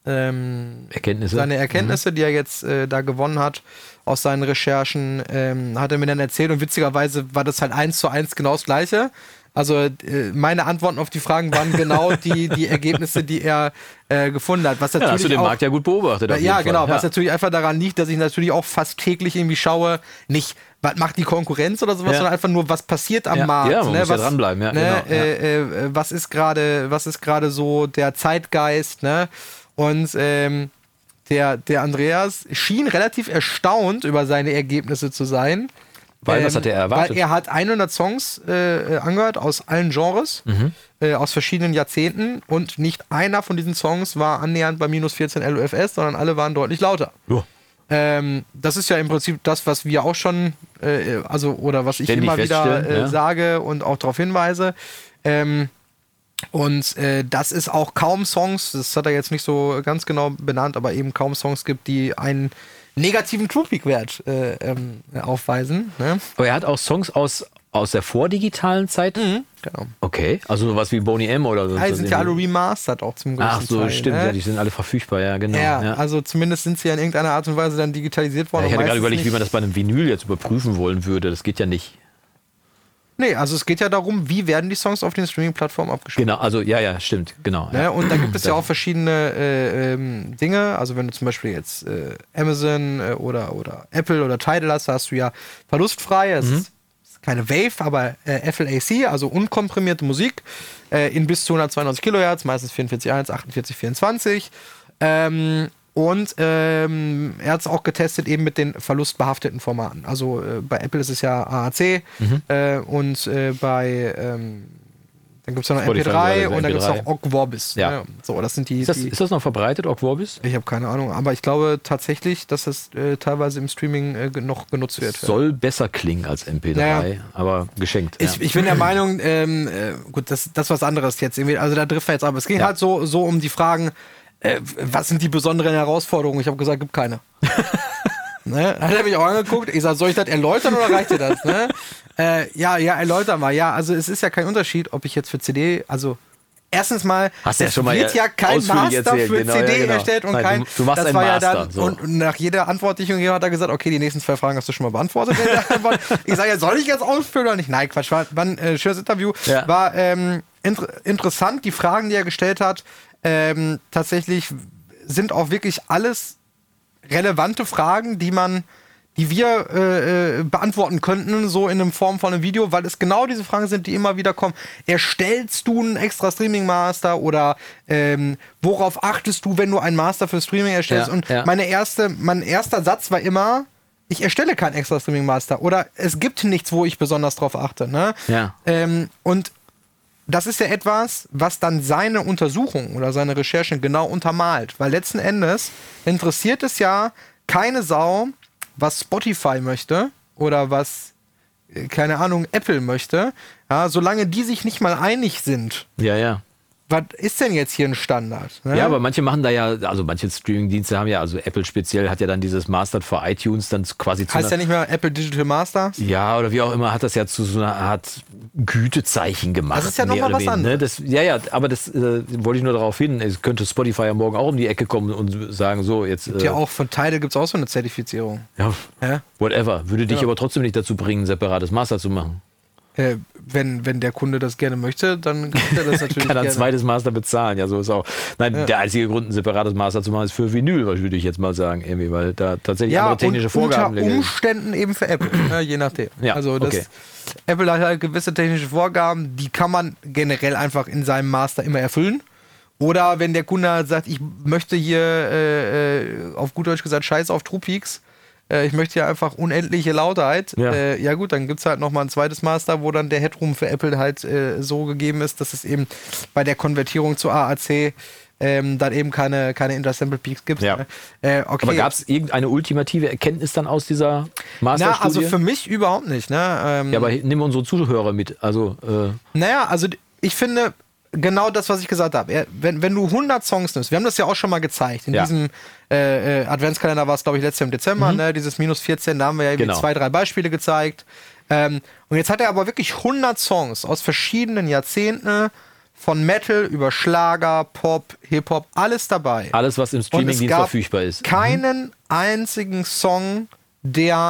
Ähm, Erkenntnisse. Seine Erkenntnisse, mhm. die er jetzt äh, da gewonnen hat aus seinen Recherchen, ähm, hat er mir dann erzählt und witzigerweise war das halt eins zu eins genau das Gleiche. Also äh, meine Antworten auf die Fragen waren genau die, die Ergebnisse, die er äh, gefunden hat. Was natürlich ja, hast du den auch, Markt ja gut beobachtet. Auf ja, jeden genau. Fall. Was natürlich einfach daran liegt, dass ich natürlich auch fast täglich irgendwie schaue, nicht, was macht die Konkurrenz oder sowas, Ja. sondern einfach nur, was passiert am Ja. Markt. Ja, man ne? muss ja was, dranbleiben. Ja, ne? genau. Ja. Äh, äh, was ist gerade, was ist gerade so der Zeitgeist, ne? Und ähm, der, der Andreas schien relativ erstaunt über seine Ergebnisse zu sein. Weil, was hat er erwartet? Weil er hat hundert Songs äh, angehört aus allen Genres, Mhm. äh, aus verschiedenen Jahrzehnten und nicht einer von diesen Songs war annähernd bei minus vierzehn L U F S, sondern alle waren deutlich lauter. Ja. Ähm, das ist ja im Prinzip das, was wir auch schon, äh, also oder was ich Ständig immer wieder feststellen, äh, ja. sage und auch darauf hinweise. Ähm, und äh, dass es auch kaum Songs, das hat er jetzt nicht so ganz genau benannt, aber eben kaum Songs gibt, die einen negativen True-Peak-Wert äh, ähm, aufweisen. Ne? Aber er hat auch Songs aus, aus der vordigitalen Zeit. Mhm, genau. Okay, also sowas wie Boney M oder so. Ja, die sind ja alle remastered auch zum größten Ach so, Teil, stimmt, ne? ja, die sind alle verfügbar, ja, genau. Ja, ja. also zumindest sind sie ja in irgendeiner Art und Weise dann digitalisiert worden. Ja, ich und hatte gerade meistens überlegt, wie nicht- man das bei einem Vinyl jetzt überprüfen wollen würde. Das geht ja nicht. Nee, also es geht ja darum, wie werden die Songs auf den Streaming-Plattformen abgespielt. Genau, also ja, ja, stimmt, genau. Ne? Ja. Und da gibt es ja auch verschiedene äh, ähm, Dinge. Also wenn du zum Beispiel jetzt äh, Amazon äh, oder, oder Apple oder Tidal hast, da hast du ja verlustfrei. Es Mhm. ist keine Wave, aber äh, F L A C, also unkomprimierte Musik äh, in bis zu hundertzweiundneunzig Kilohertz, meistens vierundvierzig Komma eins, achtundvierzig Komma vierundzwanzig. Ähm, und ähm, er hat es auch getestet eben mit den verlustbehafteten Formaten. Also äh, bei Apple ist es ja A A C Mhm. äh, und äh, bei ähm, dann gibt es noch Spotify M P drei also und dann gibt es M P drei. noch Ogg Vorbis. Ja. Ne? So, das sind die. Ist das, die ist das noch verbreitet, Ogg Vorbis? ich habe keine Ahnung, aber ich glaube tatsächlich, dass das äh, teilweise im Streaming äh, ge- noch genutzt wird. Soll besser klingen als M P drei, Ja. aber geschenkt. Ich, ja. ich bin der Meinung, ähm, äh, gut, das, das ist was anderes jetzt irgendwie. Also da trifft wir jetzt ab. Es ging Ja. halt so, so um die Fragen, äh, was sind die besonderen Herausforderungen? Ich habe gesagt, gibt keine. Ne? Hat er mich auch angeguckt. Ich sage, soll ich das erläutern oder reicht dir das? Ne? Äh, ja, ja, erläuter mal. Ja, also es ist ja kein Unterschied, ob ich jetzt für C D, also erstens mal, Hast du ja es schon mal wird ja kein ausführlich Master erzählt, für genau, C D ja, genau. erstellt und Nein, kein. du- du machst das einen war ja Master, dann, so. und nach jeder Antwort, die ich gegeben habe, hat er gesagt, okay, die nächsten zwei Fragen hast du schon mal beantwortet. in der Antwort. Ich sage, ja, soll ich jetzt ausfüllen oder nicht? Nein, Quatsch, war, war ein äh, schönes Interview. Ja. War ähm, inter interessant, die Fragen, die er gestellt hat, ähm, tatsächlich sind auch wirklich alles relevante Fragen, die man, die wir äh, äh, beantworten könnten, so in einem Form von einem Video, weil es genau diese Fragen sind, die immer wieder kommen. Erstellst du einen extra Streaming-Master oder ähm, worauf achtest du, wenn du einen Master für Streaming erstellst? Ja, Und ja. meine erste, mein erster Satz war immer, ich erstelle keinen extra Streaming-Master oder es gibt nichts, wo ich besonders drauf achte. Ne? Ja. Ähm, und das ist ja etwas, was dann seine Untersuchung oder seine Recherchen genau untermalt. Weil letzten Endes interessiert es ja keine Sau, was Spotify möchte oder was, äh, keine Ahnung, Apple möchte. Ja, solange die sich nicht mal einig sind, Ja, ja. was ist denn jetzt hier ein Standard? Ne? Ja, aber manche machen da ja, also manche Streaming-Dienste haben ja, also Apple speziell hat ja dann dieses Mastered for iTunes dann quasi zu heißt ja einer, nicht mehr Apple Digital Master. ja, oder wie auch immer, hat das ja zu so einer Art Gütezeichen gemacht. Das ist ja noch mehr mal oder was weniger, ne? anderes. Das, ja, ja, aber das äh, wollte ich nur darauf hin, es könnte Spotify ja morgen auch um die Ecke kommen und sagen, so, jetzt, äh, Ja, auch von Tidal gibt es auch so eine Zertifizierung. ja, Ja? whatever, würde dich Ja. aber trotzdem nicht dazu bringen, ein separates Master zu machen. Äh, wenn, wenn der Kunde das gerne möchte, dann kann er das natürlich Kann ein gerne. zweites Master bezahlen, ja, so ist auch. Nein, Ja. der einzige Grund, ein separates Master zu machen, ist für Vinyl, würde ich jetzt mal sagen, irgendwie, weil da tatsächlich Ja, andere technische und Vorgaben unter liegen. Umständen eben für Apple, ne, je nachdem. Ja, also das, okay. Apple hat halt gewisse technische Vorgaben, die kann man generell einfach in seinem Master immer erfüllen. Oder wenn der Kunde halt sagt, ich möchte hier äh, äh, auf gut Deutsch gesagt Scheiß auf TruePeaks, äh, ich möchte hier einfach unendliche Lautheit, Ja. äh, ja gut, dann gibt es halt nochmal ein zweites Master, wo dann der Headroom für Apple halt äh, so gegeben ist, dass es eben bei der Konvertierung zu A A C ähm, dann eben keine, keine Intersample Peaks gibt. Ja. Ne? Äh, okay. Aber gab es irgendeine ultimative Erkenntnis dann aus dieser Masterstudie? Na, also für mich überhaupt nicht. Ne? Ähm, ja, aber nimm unsere Zuhörer mit. Also, äh, Naja, also ich finde genau das, was ich gesagt habe. Er- Wenn, wenn du hundert Songs nimmst, wir haben das ja auch schon mal gezeigt, in Ja. diesem äh, äh, Adventskalender war es, glaube ich, letztes Jahr im Dezember, ne? Dieses minus vierzehn, da haben wir ja eben Genau. zwei, drei Beispiele gezeigt. Ähm, und jetzt hat er aber wirklich hundert Songs aus verschiedenen Jahrzehnten, von Metal über Schlager, Pop, Hip-Hop, alles dabei. alles, was im Und es Streamingdienst gab verfügbar ist. keinen einzigen Song, der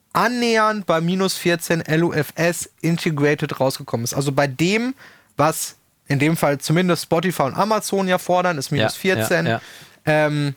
annähernd bei minus vierzehn L U F S integrated rausgekommen ist. Also bei dem, was in dem Fall zumindest Spotify und Amazon ja fordern, ist minus Ja, vierzehn. ja, ja. Ähm,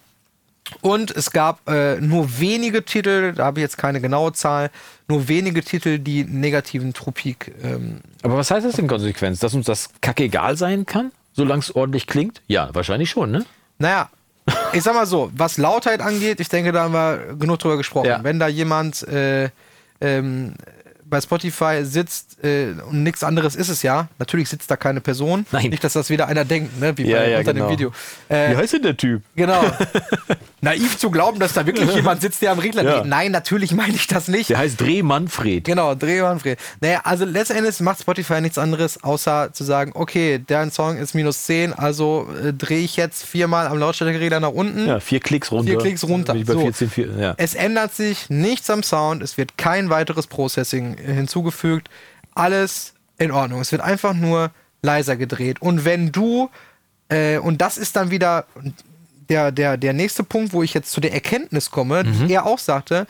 und es gab äh, nur wenige Titel, da habe ich jetzt keine genaue Zahl, nur wenige Titel, die negativen Tropik. Ähm, Aber was heißt das in Konsequenz? Dass uns das kackegal sein kann, solange es ordentlich klingt? Ja, wahrscheinlich schon, ne? naja, ich sag mal so, was Lautheit angeht, ich denke, da haben wir genug drüber gesprochen. Ja. Wenn da jemand äh, ähm, bei Spotify sitzt äh, und nichts anderes ist es ja, natürlich sitzt da keine Person. Nein. Nicht, dass das wieder einer denkt, ne? wie Ja, bei, ja, unter genau. dem Video. Äh, Wie heißt denn der Typ? Genau. Naiv zu glauben, dass da wirklich jemand sitzt, der am Regler Ja. dreht. Nein, natürlich meine ich das nicht. Der heißt Dreh Manfred. Genau, Dreh Manfred. Naja, also letztendlich macht Spotify nichts anderes, außer zu sagen, okay, dein Song ist minus zehn, also äh, drehe ich jetzt viermal am Lautstärkeregler nach unten. Ja, vier Klicks runter. Vier Klicks runter. Bin ich bei So. vierzehn, vier, ja. Es ändert sich nichts am Sound, es wird kein weiteres Processing äh, hinzugefügt. Alles in Ordnung. Es wird einfach nur leiser gedreht. Und wenn du, äh, und das ist dann wieder der, der, der nächste Punkt, wo ich jetzt zu der Erkenntnis komme, Mhm. die er auch sagte,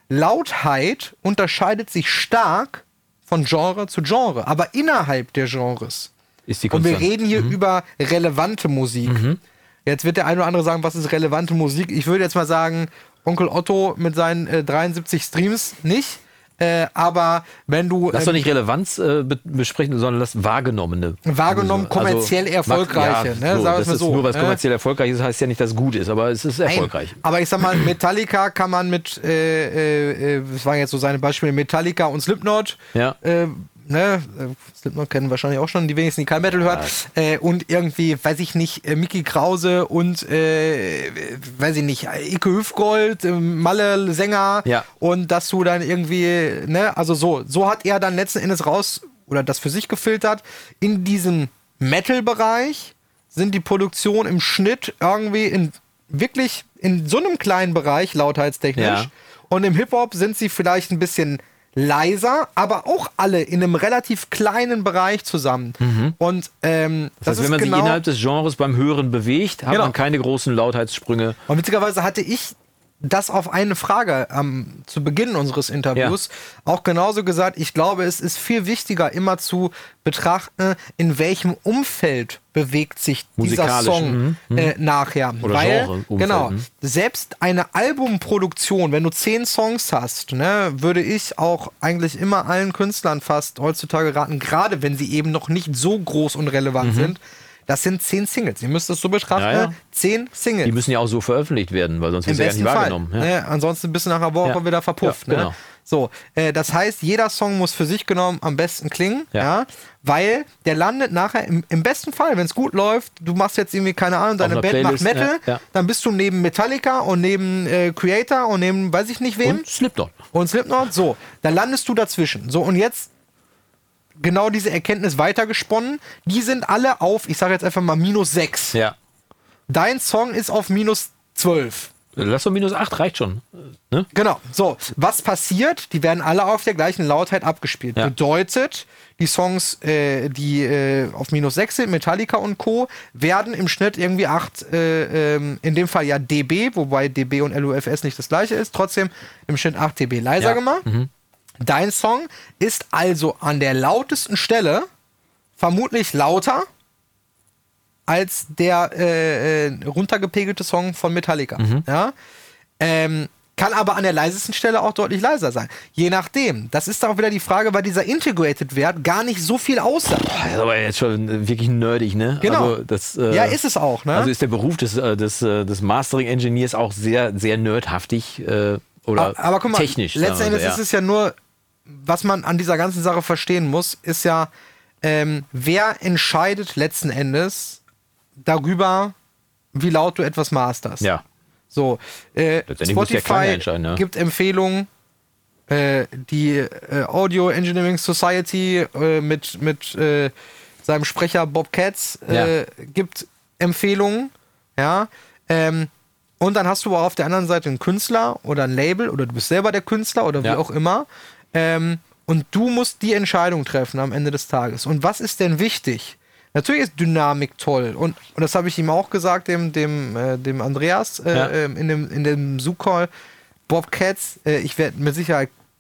Lautheit unterscheidet sich stark von Genre zu Genre, aber innerhalb der Genres. Ist die Und wir Konstant. reden hier über relevante Musik. Jetzt wird der eine oder andere sagen, was ist relevante Musik? Ich würde jetzt mal sagen, Onkel Otto mit seinen äh, dreiundsiebzig Streams nicht. Äh, aber wenn du Lass ähm, doch nicht Relevanz äh, be- besprechen, sondern das Wahrgenommene. wahrgenommen Also, kommerziell erfolgreiche, ja, ne? so, Sagen wir das es mal ist so. nur, was ne? kommerziell erfolgreich ist, heißt ja nicht, dass es gut ist, aber es ist erfolgreich. Nein, aber ich sag mal, Metallica kann man mit, äh, äh, das waren jetzt so seine Beispiele, Metallica und Slipknot, Ja. äh, ne, äh, Slipknot kennen wahrscheinlich auch schon die wenigsten, die kein Metal hören, äh, und irgendwie, weiß ich nicht, äh, Mickey Krause und, äh, weiß ich nicht, Ike Hüfgold, äh, Malle-Sänger, Ja. und dass du dann irgendwie, ne, also so, so hat er dann letzten Endes raus, oder das für sich gefiltert, in diesem Metal-Bereich sind die Produktionen im Schnitt irgendwie in wirklich in so einem kleinen Bereich, lautheitstechnisch. Ja. Und im Hip-Hop sind sie vielleicht ein bisschen leiser, aber auch alle in einem relativ kleinen Bereich zusammen. Und ähm, Das, das, heißt, ist wenn man genau, sich innerhalb des Genres beim Hören bewegt, hat Genau. man keine großen Lautheitssprünge. Und witzigerweise hatte ich das auf eine Frage ähm, zu Beginn unseres Interviews auch genauso gesagt. Ich glaube, es ist viel wichtiger, immer zu betrachten, in welchem Umfeld bewegt sich dieser Musikalisch, Song mhm, äh, nachher. Oder Weil, Genre-Umfeld, genau, mhm. selbst eine Albumproduktion, wenn du zehn Songs hast, ne, würde ich auch eigentlich immer allen Künstlern fast heutzutage raten, gerade wenn sie eben noch nicht so groß und relevant sind. Das sind zehn Singles. Ihr müsst es so betrachten. Ja, ja. Ne? Zehn Singles. Die müssen ja auch so veröffentlicht werden, weil sonst Im wird sie ja besten nicht Fall. wahrgenommen. Ja. Ne? Ansonsten bist du nach einer Woche Ja. wieder verpufft. Ja, ne? genau. So, äh, das heißt, jeder Song muss für sich genommen am besten klingen, ja. Ja. weil der landet nachher im, im besten Fall, wenn es gut läuft, du machst jetzt irgendwie, keine Ahnung, deine einer Band macht Playlist, Metal, ja, ja. dann bist du neben Metallica und neben äh, Creator und neben weiß ich nicht wem Und Slipknot. und Slipknot, so, dann landest du dazwischen. So, und jetzt genau diese Erkenntnis weitergesponnen, die sind alle auf, ich sage jetzt einfach mal minus sechs. Ja. Dein Song ist auf minus zwölf. Lass doch minus acht, reicht schon. Ne? Genau. So, was passiert? Die werden alle auf der gleichen Lautheit abgespielt. Ja. Bedeutet, die Songs, äh, die äh, auf minus sechs sind, Metallica und Co., werden im Schnitt irgendwie acht, äh, ähm, in dem Fall ja dB, wobei dB und L U F S nicht das gleiche ist, trotzdem im Schnitt acht dB leiser Ja. gemacht. Dein Song ist also an der lautesten Stelle vermutlich lauter als der äh, äh, runtergepegelte Song von Metallica. Ja? Ähm, kann aber an der leisesten Stelle auch deutlich leiser sein. Je nachdem. Das ist auch wieder die Frage, weil dieser Integrated-Wert gar nicht so viel aussagt. Das ist aber jetzt schon wirklich nerdig, ne? Genau. Also das, äh, Ja, ist es auch, ne? Also ist der Beruf des, äh, des, äh, des Mastering-Engineers auch sehr, sehr nerdhaftig äh, oder aber, aber guck mal, technisch. sagen wir letzten Endes so, ja. ist es ja nur, was man an dieser ganzen Sache verstehen muss, ist ja, ähm, wer entscheidet letzten Endes darüber, wie laut du etwas masterst. Ja. So, äh, Letztendlich muss ja keiner Spotify entscheiden, ja. gibt Empfehlungen, äh, die äh, Audio Engineering Society äh, mit, mit äh, seinem Sprecher Bob Katz äh, Ja. gibt Empfehlungen, ja, ähm, und dann hast du aber auf der anderen Seite einen Künstler oder ein Label oder du bist selber der Künstler oder wie Ja. auch immer, ähm, und du musst die Entscheidung treffen am Ende des Tages. Und was ist denn wichtig? Natürlich ist Dynamik toll und, und das habe ich ihm auch gesagt, dem, dem, äh, dem Andreas äh, Ja. ähm, in dem, in dem Zoom-Call. Bob Katz, äh, ich werde mit Sicherheit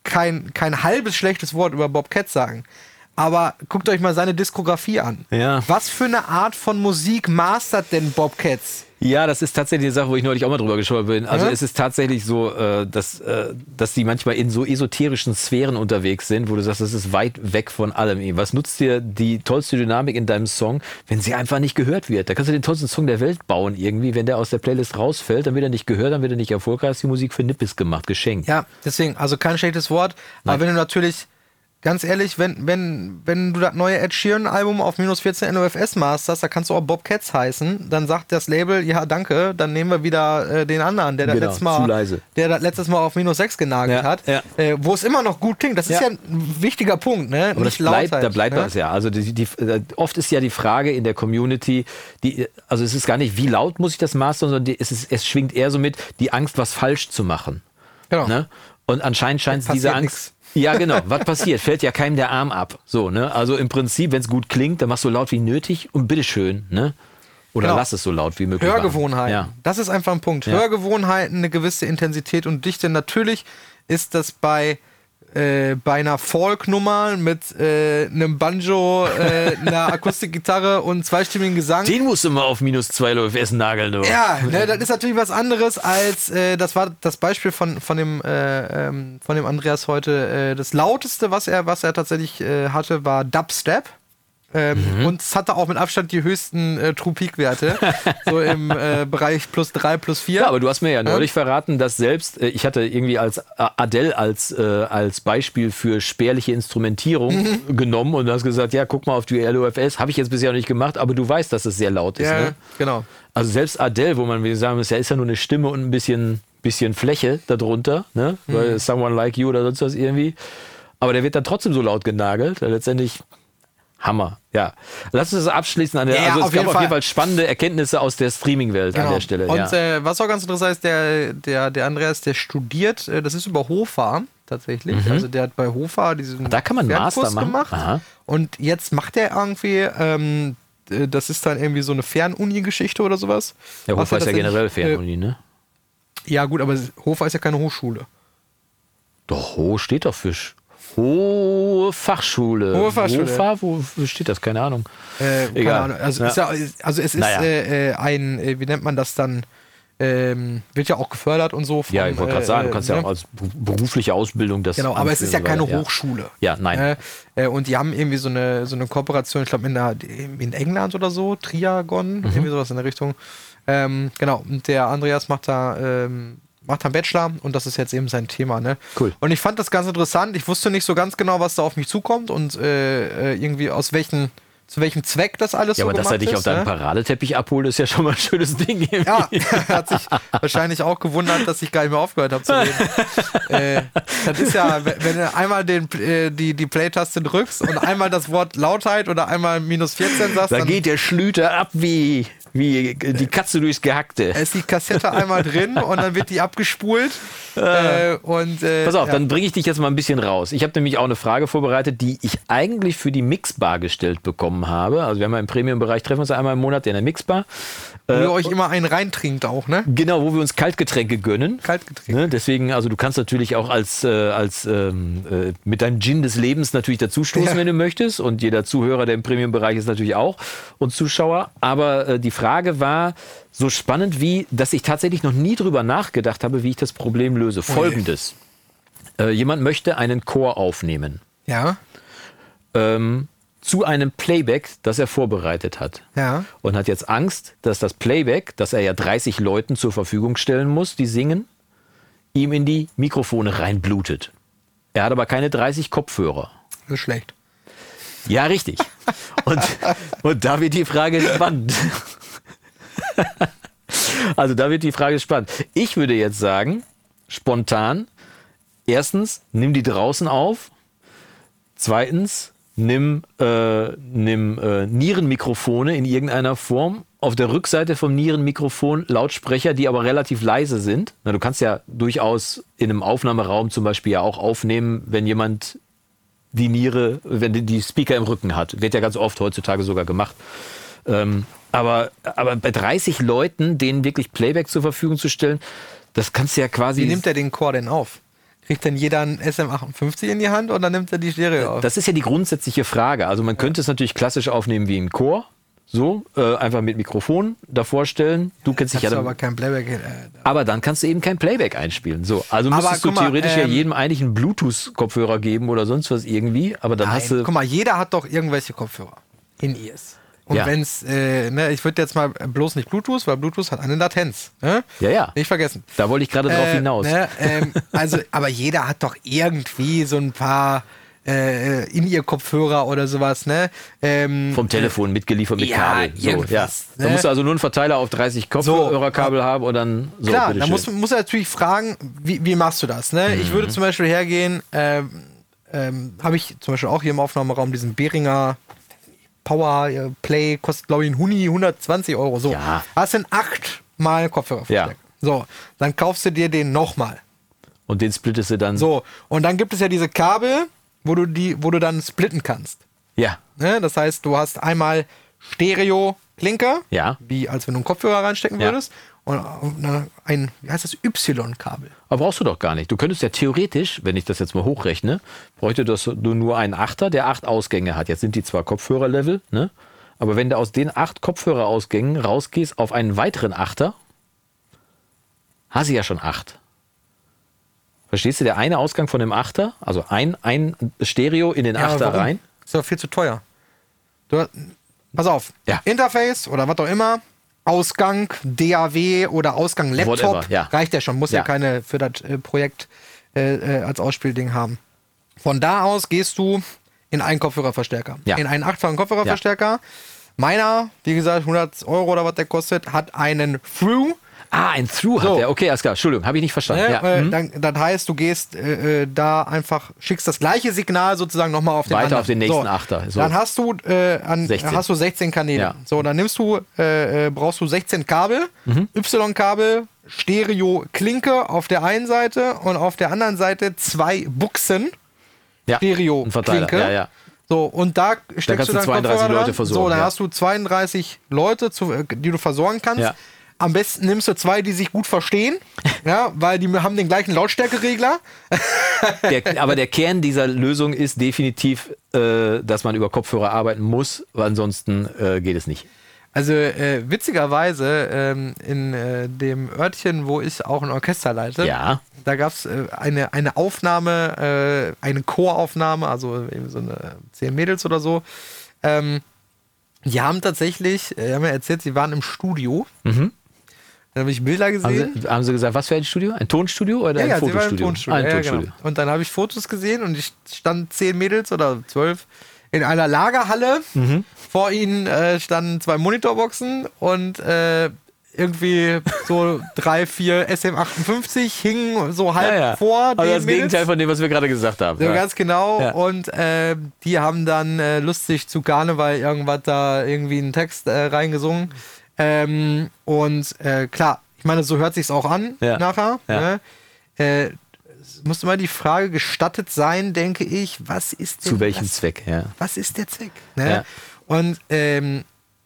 kein, kein halbes schlechtes Wort über Bob Katz sagen. Aber guckt euch mal seine Diskografie an. Ja. Was für eine Art von Musik mastert denn Bob Katz? Ja, das ist tatsächlich eine Sache, wo ich neulich auch mal drüber geschaut bin. Also ja? es ist tatsächlich so, äh, dass, äh, dass die manchmal in so esoterischen Sphären unterwegs sind, wo du sagst, das ist weit weg von allem. Was nutzt dir die tollste Dynamik in deinem Song, wenn sie einfach nicht gehört wird? Da kannst du den tollsten Song der Welt bauen irgendwie. Wenn der aus der Playlist rausfällt, dann wird er nicht gehört, dann wird er nicht erfolgreich. Ist die Musik für Nippes gemacht, geschenkt. Ja, deswegen, also kein schlechtes Wort. Nein. Aber wenn du natürlich... Ganz ehrlich, wenn, wenn, wenn du das neue Ed Sheeran-Album auf minus vierzehn N O F S masterst, da kannst du auch Bob Katz heißen, dann sagt das Label, ja danke, dann nehmen wir wieder äh, den anderen, der das genau, letztes Mal, zu leise. der das letztes Mal auf minus sechs genagelt ja, hat, ja. Äh, wo es immer noch gut klingt. Das ist ja, ja ein wichtiger Punkt, ne? Aber Nicht das bleibt, Lautheit, da bleibt ne? das ja. Also die, die, oft ist ja die Frage in der Community, die, also es ist gar nicht, wie laut muss ich das mastern, sondern die, es, ist, es schwingt eher so mit, die Angst, was falsch zu machen. Genau. Ne? Und anscheinend scheint es diese Angst... Nix. Ja, genau. Was passiert? Fällt ja keinem der Arm ab. So, ne? Also im Prinzip, wenn es gut klingt, dann machst du so laut wie nötig und bitteschön, ne? Oder genau. lass es so laut wie möglich. Hörgewohnheiten. Ja. Das ist einfach ein Punkt. Ja. Hörgewohnheiten, eine gewisse Intensität und Dichte. Natürlich ist das bei Äh, bei einer Folk-Nummer mit äh, einem Banjo, äh, einer Akustikgitarre und zweistimmigen Gesang. Den musst du mal auf minus zwei N O F S nageln, du. Ja, ne, das ist natürlich was anderes als, äh, das war das Beispiel von, von, dem, äh, ähm, von dem Andreas heute. Äh, das lauteste, was er, was er tatsächlich äh, hatte, war Dubstep. Ähm, mhm. Und es hatte auch mit Abstand die höchsten äh, True-Peak-Werte, so im äh, Bereich plus drei, plus vier. Ja, aber du hast mir ja neulich ähm. verraten, dass selbst, äh, ich hatte irgendwie als äh, Adele als, äh, als Beispiel für spärliche Instrumentierung mhm. genommen und du hast gesagt, ja, guck mal auf die L O F S, habe ich jetzt bisher noch nicht gemacht, aber du weißt, dass es sehr laut ist. Ja, ne? genau. Also selbst Adele, wo man wie sagen muss, ja, ist ja nur eine Stimme und ein bisschen, bisschen Fläche darunter, ne? Mhm. Weil Someone Like You oder sonst was irgendwie, aber der wird dann trotzdem so laut genagelt, letztendlich... Hammer, ja. Lass uns das abschließen. An der, ja, also es auf gab jeden auf Fall. jeden Fall spannende Erkenntnisse aus der Streaming-Welt genau. an der Stelle. Und ja. äh, was auch ganz interessant ist, der, der, der Andreas, der studiert, äh, das ist über Hofa tatsächlich. Mhm. Also der hat bei Hofa diesen da kann man Master machen. gemacht. Aha. Und jetzt macht er irgendwie, ähm, das ist dann irgendwie so eine Fernuni-Geschichte oder sowas. Ja, Hofa ist ja generell Fernuni, äh, ne? Ja gut, aber Hofa ist ja keine Hochschule. Doch, Ho steht doch für... Hohe Fachschule. Hohe Fachschule. Hofa, wo steht das? Keine Ahnung. Äh, Egal. Keine Ahnung. Also, ja. ist ja, also es ist naja. äh, ein, äh, wie nennt man das dann? Ähm, wird ja auch gefördert und so. Von, ja, ich wollte gerade äh, sagen, du kannst äh, ja auch als berufliche Ausbildung das. Genau, aber es ist ja keine ja. Hochschule. Ja, nein. Äh, und die haben irgendwie so eine, so eine Kooperation, ich glaube in, in England oder so, Triagon, mhm. irgendwie sowas in der Richtung. Ähm, genau, und der Andreas macht da. Ähm, macht einen Bachelor und das ist jetzt eben sein Thema, ne? Cool. Und ich fand das ganz interessant. Ich wusste nicht so ganz genau, was da auf mich zukommt und äh, irgendwie aus welchen, zu welchem Zweck das alles ja, so aber gemacht dass er dich ist, auf deinen ne? Paradeteppich abholt, ist ja schon mal ein schönes Ding. Ja, er hat sich wahrscheinlich auch gewundert, dass ich gar nicht mehr aufgehört habe zu reden. äh, das ist ja, wenn du einmal den, äh, die, die Play-Taste drückst und einmal das Wort Lautheit oder einmal minus vierzehn sagst, da dann geht der Schlüter ab wie... Wie die Katze durchs Gehackte. ist die Kassette einmal drin und dann wird die abgespult. äh, und, äh, Pass auf, ja. dann bringe ich dich jetzt mal ein bisschen raus. Ich habe nämlich auch eine Frage vorbereitet, die ich eigentlich für die Mixbar gestellt bekommen habe. Also wir haben ja im Premium-Bereich, treffen uns ja einmal im Monat in der Mixbar. Wo äh, ihr euch immer einen reintrinkt auch, ne? Genau, wo wir uns Kaltgetränke gönnen. Kaltgetränke. Ne? Deswegen, also du kannst natürlich auch als, äh, als ähm, äh, mit deinem Gin des Lebens natürlich dazustoßen, ja. wenn du möchtest. Und jeder Zuhörer, der im Premium-Bereich ist, natürlich auch. Und Zuschauer. Aber äh, die Frage war so spannend wie, dass ich tatsächlich noch nie drüber nachgedacht habe, wie ich das Problem löse. Folgendes. Äh, jemand möchte einen Chor aufnehmen. Ja. Ähm, zu einem Playback, das er vorbereitet hat. Ja. Und hat jetzt Angst, dass das Playback, das er ja dreißig Leuten zur Verfügung stellen muss, die singen, ihm in die Mikrofone reinblutet. Er hat aber keine dreißig Kopfhörer. Das ist schlecht. Ja, richtig. Und, und da wird die Frage spannend. Also da wird die Frage spannend. Ich würde jetzt sagen, spontan, erstens, nimm die draußen auf. Zweitens, nimm, äh, nimm äh, Nierenmikrofone in irgendeiner Form. Auf der Rückseite vom Nierenmikrofon Lautsprecher, die aber relativ leise sind. Na, du kannst ja durchaus in einem Aufnahmeraum zum Beispiel ja auch aufnehmen, wenn jemand die Niere, wenn die, die Speaker im Rücken hat. Wird ja ganz oft heutzutage sogar gemacht. Ähm, aber, aber bei dreißig Leuten, denen wirklich Playback zur Verfügung zu stellen, das kannst du ja quasi... Wie nimmt er den Chor denn auf? Kriegt denn jeder ein S M achtundfünfzig in die Hand oder nimmt er die Stereo auf? Das ist ja die grundsätzliche Frage. Also man könnte es natürlich klassisch aufnehmen wie ein Chor. So, äh, einfach mit Mikrofon davor stellen. Du kennst dich ja Hast du dann, aber kein Playback. Äh, aber dann kannst du eben kein Playback einspielen. So, also müsstest du guck mal, theoretisch ja ähm, jedem eigentlich einen Bluetooth-Kopfhörer geben oder sonst was irgendwie. Aber dann Nein, hast du. guck mal, jeder hat doch irgendwelche Kopfhörer. In-Ears. Und Ja. wenn's, äh, ne, ich würde jetzt mal bloß nicht Bluetooth, weil Bluetooth hat eine Latenz. Ne? Ja, ja. Nicht vergessen. Da wollte ich gerade drauf Äh, hinaus. Ne, ähm, also, aber jeder hat doch irgendwie so ein paar äh, In-Ear-Kopfhörer oder sowas, ne? Ähm, Vom Telefon mitgeliefert mit ja, Kabel. So, ja. irgendwas, Da ne? musst du also nur einen Verteiler auf dreißig Kopfhörerkabel So, haben und dann so. Klar, da bitteschön. muss, muss er natürlich fragen, wie, wie machst du das? Ne? Mhm. Ich würde zum Beispiel hergehen, ähm, ähm, habe ich zum Beispiel auch hier im Aufnahmeraum diesen Behringer Power äh, Play, kostet glaube ich ein Huni hundertzwanzig Euro. So, Ja. hast du acht Mal Kopfhörerverstärker. Ja. So, dann kaufst du dir den nochmal. Und den splittest du dann. So, und dann gibt es ja diese Kabel, wo du die, wo du dann splitten kannst. Ja. Ne? Das heißt, du hast einmal Stereo-Klinker, Ja. wie als wenn du einen Kopfhörer reinstecken Ja. würdest, und dann ein, wie heißt das, Y-Kabel. Aber brauchst du doch gar nicht. Du könntest ja theoretisch, wenn ich das jetzt mal hochrechne, bräuchte das du nur einen Achter, der acht Ausgänge hat. Jetzt sind die zwar Kopfhörerlevel, ne? Aber wenn du aus den acht Kopfhörerausgängen rausgehst auf einen weiteren Achter, hast du ja schon acht. Verstehst du, der eine Ausgang von dem Achter, also ein, ein Stereo in den Ja, aber Achter warum? rein. Ist doch viel zu teuer. Du, pass auf, Ja. Interface oder was auch immer, Ausgang D A W oder Ausgang Laptop, Whatever, ja. reicht ja schon, muss ja, Ja. keine für das äh, Projekt äh, äh, als Ausspielding haben. Von da aus gehst du in einen Kopfhörerverstärker. Ja. In einen achtfachen Kopfhörerverstärker. Meiner, wie gesagt, hundert Euro oder was der kostet, hat einen Through. Ah, ein Through So. hat der. Okay, alles klar. Entschuldigung, habe ich nicht verstanden. Ne? Ja. Äh, mhm. dann, das heißt, du gehst äh, äh, da einfach, schickst das gleiche Signal sozusagen nochmal auf den Weiter anderen. auf den nächsten so. Achter. So. Dann hast du, äh, an, sechzehn. hast du sechzehn Kanäle. Ja. So, dann nimmst du, äh, äh, brauchst du sechzehn Kabel, Mhm. Y-Kabel, Stereo-Klinke auf der einen Seite und auf der anderen Seite zwei Buchsen, ja. Stereo Ein Verteiler. Klinke. Ja, ja. So, und da steckst kannst du du dann zweiunddreißig Kopfhörer Leute dran. versorgen, So, dann ja. hast du zweiunddreißig Leute, zu, äh, die du versorgen kannst. Ja. Am besten nimmst du zwei, die sich gut verstehen, ja, weil die haben den gleichen Lautstärkeregler. Der, aber der Kern dieser Lösung ist definitiv, äh, dass man über Kopfhörer arbeiten muss, weil ansonsten äh, geht es nicht. Also äh, witzigerweise ähm, in äh, dem Örtchen, wo ich auch ein Orchester leite, Ja. da gab es äh, eine, eine Aufnahme, äh, eine Choraufnahme, also eben so eine zehn Mädels oder so. Ähm, die haben tatsächlich, äh, haben mir erzählt, sie waren im Studio. Mhm. Dann habe ich Bilder Haben gesehen. Sie, haben Sie gesagt, was für ein Studio? Ein Tonstudio oder Ja, ein ja, sie waren im Fotostudio? Tonstudio. Ah, ein ja, Tonstudio. genau. Und dann habe ich Fotos gesehen und ich stand zehn Mädels oder zwölf in einer Lagerhalle. Mhm. Vor ihnen äh, standen zwei Monitorboxen und äh, irgendwie so drei, vier S M achtundfünfzig hingen so halb Ja, ja. vor Also den das Gegenteil Mädels. von dem, was wir gerade gesagt haben. So Ja. ganz genau. Ja. Und äh, die haben dann äh, lustig zu Karneval irgendwas da irgendwie einen Text äh, reingesungen. Ähm, und äh, klar, ich meine, so hört sich's auch an Ja. nachher. Ja. Ne? Äh, es muss immer die Frage gestattet sein, denke ich, was ist denn Zu welchem das? Zweck? Ja. Was ist der Zweck? Ne? Ja. Und ähm,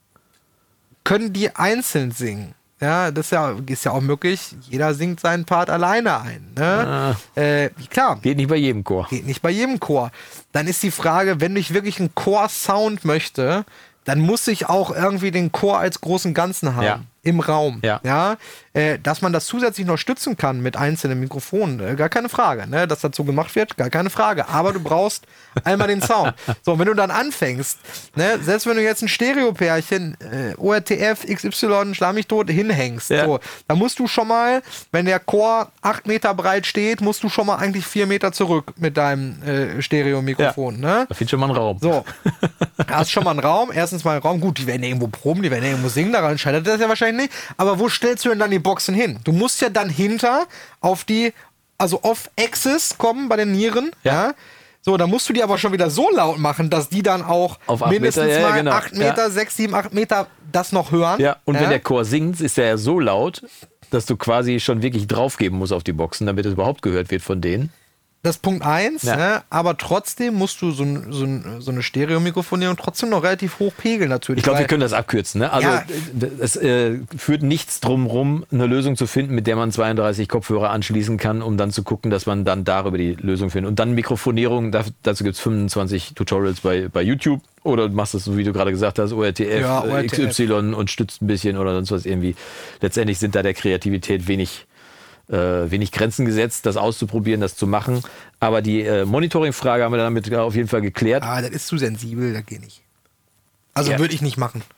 können die einzeln singen? Ja, das ist ja, ist ja auch möglich. Jeder singt seinen Part alleine ein. Ne? Äh, klar, Geht nicht bei jedem Chor. geht nicht bei jedem Chor. Dann ist die Frage, wenn ich wirklich einen Chor-Sound möchte, dann muss ich auch irgendwie den Chor als großen Ganzen haben. Ja. Im Raum. Ja. Ja? Äh, dass man das zusätzlich noch stützen kann mit einzelnen Mikrofonen, äh, gar keine Frage. Ne? Dass das so gemacht wird, gar keine Frage. Aber du brauchst einmal den Sound. So, und wenn du dann anfängst, ne, selbst wenn du jetzt ein Stereo-Pärchen, äh, O R T F, X Y, schlag mich tot, hinhängst, Ja. so, dann musst du schon mal, wenn der Chor acht Meter breit steht, musst du schon mal eigentlich vier Meter zurück mit deinem äh, Stereo-Mikrofon. Ne? Da fehlt schon mal ein Raum. So, da hast schon mal einen Raum. Erstens mal einen Raum. Gut, die werden ja irgendwo proben, die werden ja irgendwo singen, daran scheitert das ja wahrscheinlich nicht. Aber wo stellst du denn dann die Boxen hin? Du musst ja dann hinter auf die, also off-Axis kommen bei den Nieren. Ja. Ja. So, dann musst du die aber schon wieder so laut machen, dass die dann auch Auf acht mindestens Meter, ja, mal genau. acht Meter, sechs, sieben, acht Meter das noch hören. Ja, und wenn der Chor singt, ist der ja so laut, dass du quasi schon wirklich draufgeben musst auf die Boxen, damit es überhaupt gehört wird von denen. Das ist Punkt eins, Ja. ne? Aber trotzdem musst du so, ein, so, ein, so eine Stereomikrofonierung trotzdem noch relativ hoch pegeln natürlich. Ich glaube, wir weil- können das abkürzen. Ne? Also Ja. es äh, führt nichts drum rum, eine Lösung zu finden, mit der man zweiunddreißig Kopfhörer anschließen kann, um dann zu gucken, dass man dann darüber die Lösung findet. Und dann Mikrofonierung, da, dazu gibt es fünfundzwanzig Tutorials bei, bei YouTube. Oder du machst es, so wie du gerade gesagt hast, O R T F, Ja, O R äh, T F. X Y und stützt ein bisschen oder sonst was irgendwie. Letztendlich sind da der Kreativität wenig, äh, wenig Grenzen gesetzt, das auszuprobieren, das zu machen. Aber die äh, Monitoring-Frage haben wir damit auf jeden Fall geklärt. Ah, das ist zu sensibel, das geht nicht. Also Ja. würde ich nicht machen.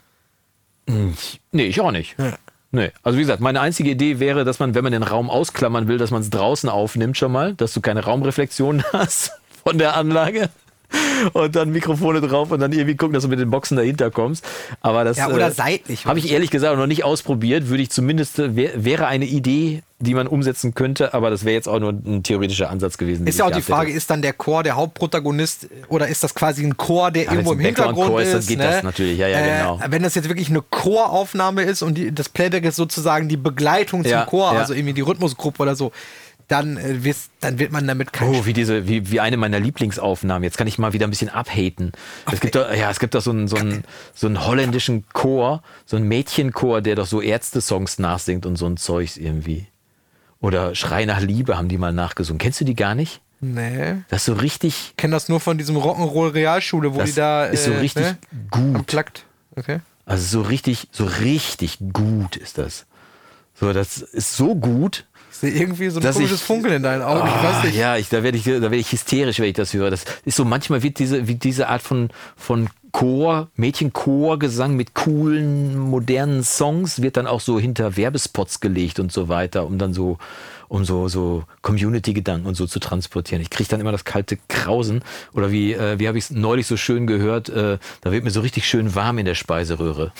Nee, ich auch nicht. Ja. Nee. Also wie gesagt, meine einzige Idee wäre, dass man, wenn man den Raum ausklammern will, dass man es draußen aufnimmt schon mal, dass du keine Raumreflexion hast von der Anlage. Und dann Mikrofone drauf und dann irgendwie gucken, dass du mit den Boxen dahinter kommst. Aber das Ja, oder äh, seitlich. habe ich ehrlich gesagt noch nicht ausprobiert. Würde ich zumindest, äh, wär, wäre eine Idee, die man umsetzen könnte, aber das wäre jetzt auch nur ein theoretischer Ansatz gewesen. den Ist ja ich auch die gehabt Frage, hätte. ist dann der Chor der Hauptprotagonist oder ist das quasi ein Chor, der Ja, irgendwo wenn's im ein Background-Chor Hintergrund ist, dann ist? geht ne? das natürlich. Ja, ja, genau. Wenn das jetzt wirklich eine Choraufnahme ist und die, das Playback ist sozusagen die Begleitung zum Ja, Chor, ja. also irgendwie die Rhythmusgruppe oder so, dann, äh, wirst, dann wird man damit kein Oh, wie diese, wie, wie eine meiner Lieblingsaufnahmen. Jetzt kann ich mal wieder ein bisschen abhaten. Es gibt doch, ja, es gibt doch so einen, so einen, so einen holländischen Chor, so einen Mädchenchor, der doch so Ärzte-Songs nachsingt und so ein Zeugs irgendwie. Oder Schrei nach Liebe haben die mal nachgesungen. Kennst du die gar nicht? Nee. Das ist so richtig, Ich kenne das nur von diesem Rock'n'Roll Realschule, wo das die da ist so äh, richtig ne? gut. Plakt. Okay. Also so richtig, so richtig gut ist das. So, das ist so gut. Ich sehe irgendwie so ein Dass komisches ich- Funkeln in deinen Augen. ich Ah, weiß nicht. Ja, ich, da werde ich, da werde ich hysterisch, wenn ich das höre. Das ist so, manchmal wird diese, wie diese Art von, von Chor, Mädchenchorgesang mit coolen, modernen Songs wird dann auch so hinter Werbespots gelegt und so weiter, um dann so, um so, so Community-Gedanken und so zu transportieren. Ich kriege dann immer das kalte Krausen. Oder wie, äh, wie habe ich es neulich so schön gehört, äh, da wird mir so richtig schön warm in der Speiseröhre.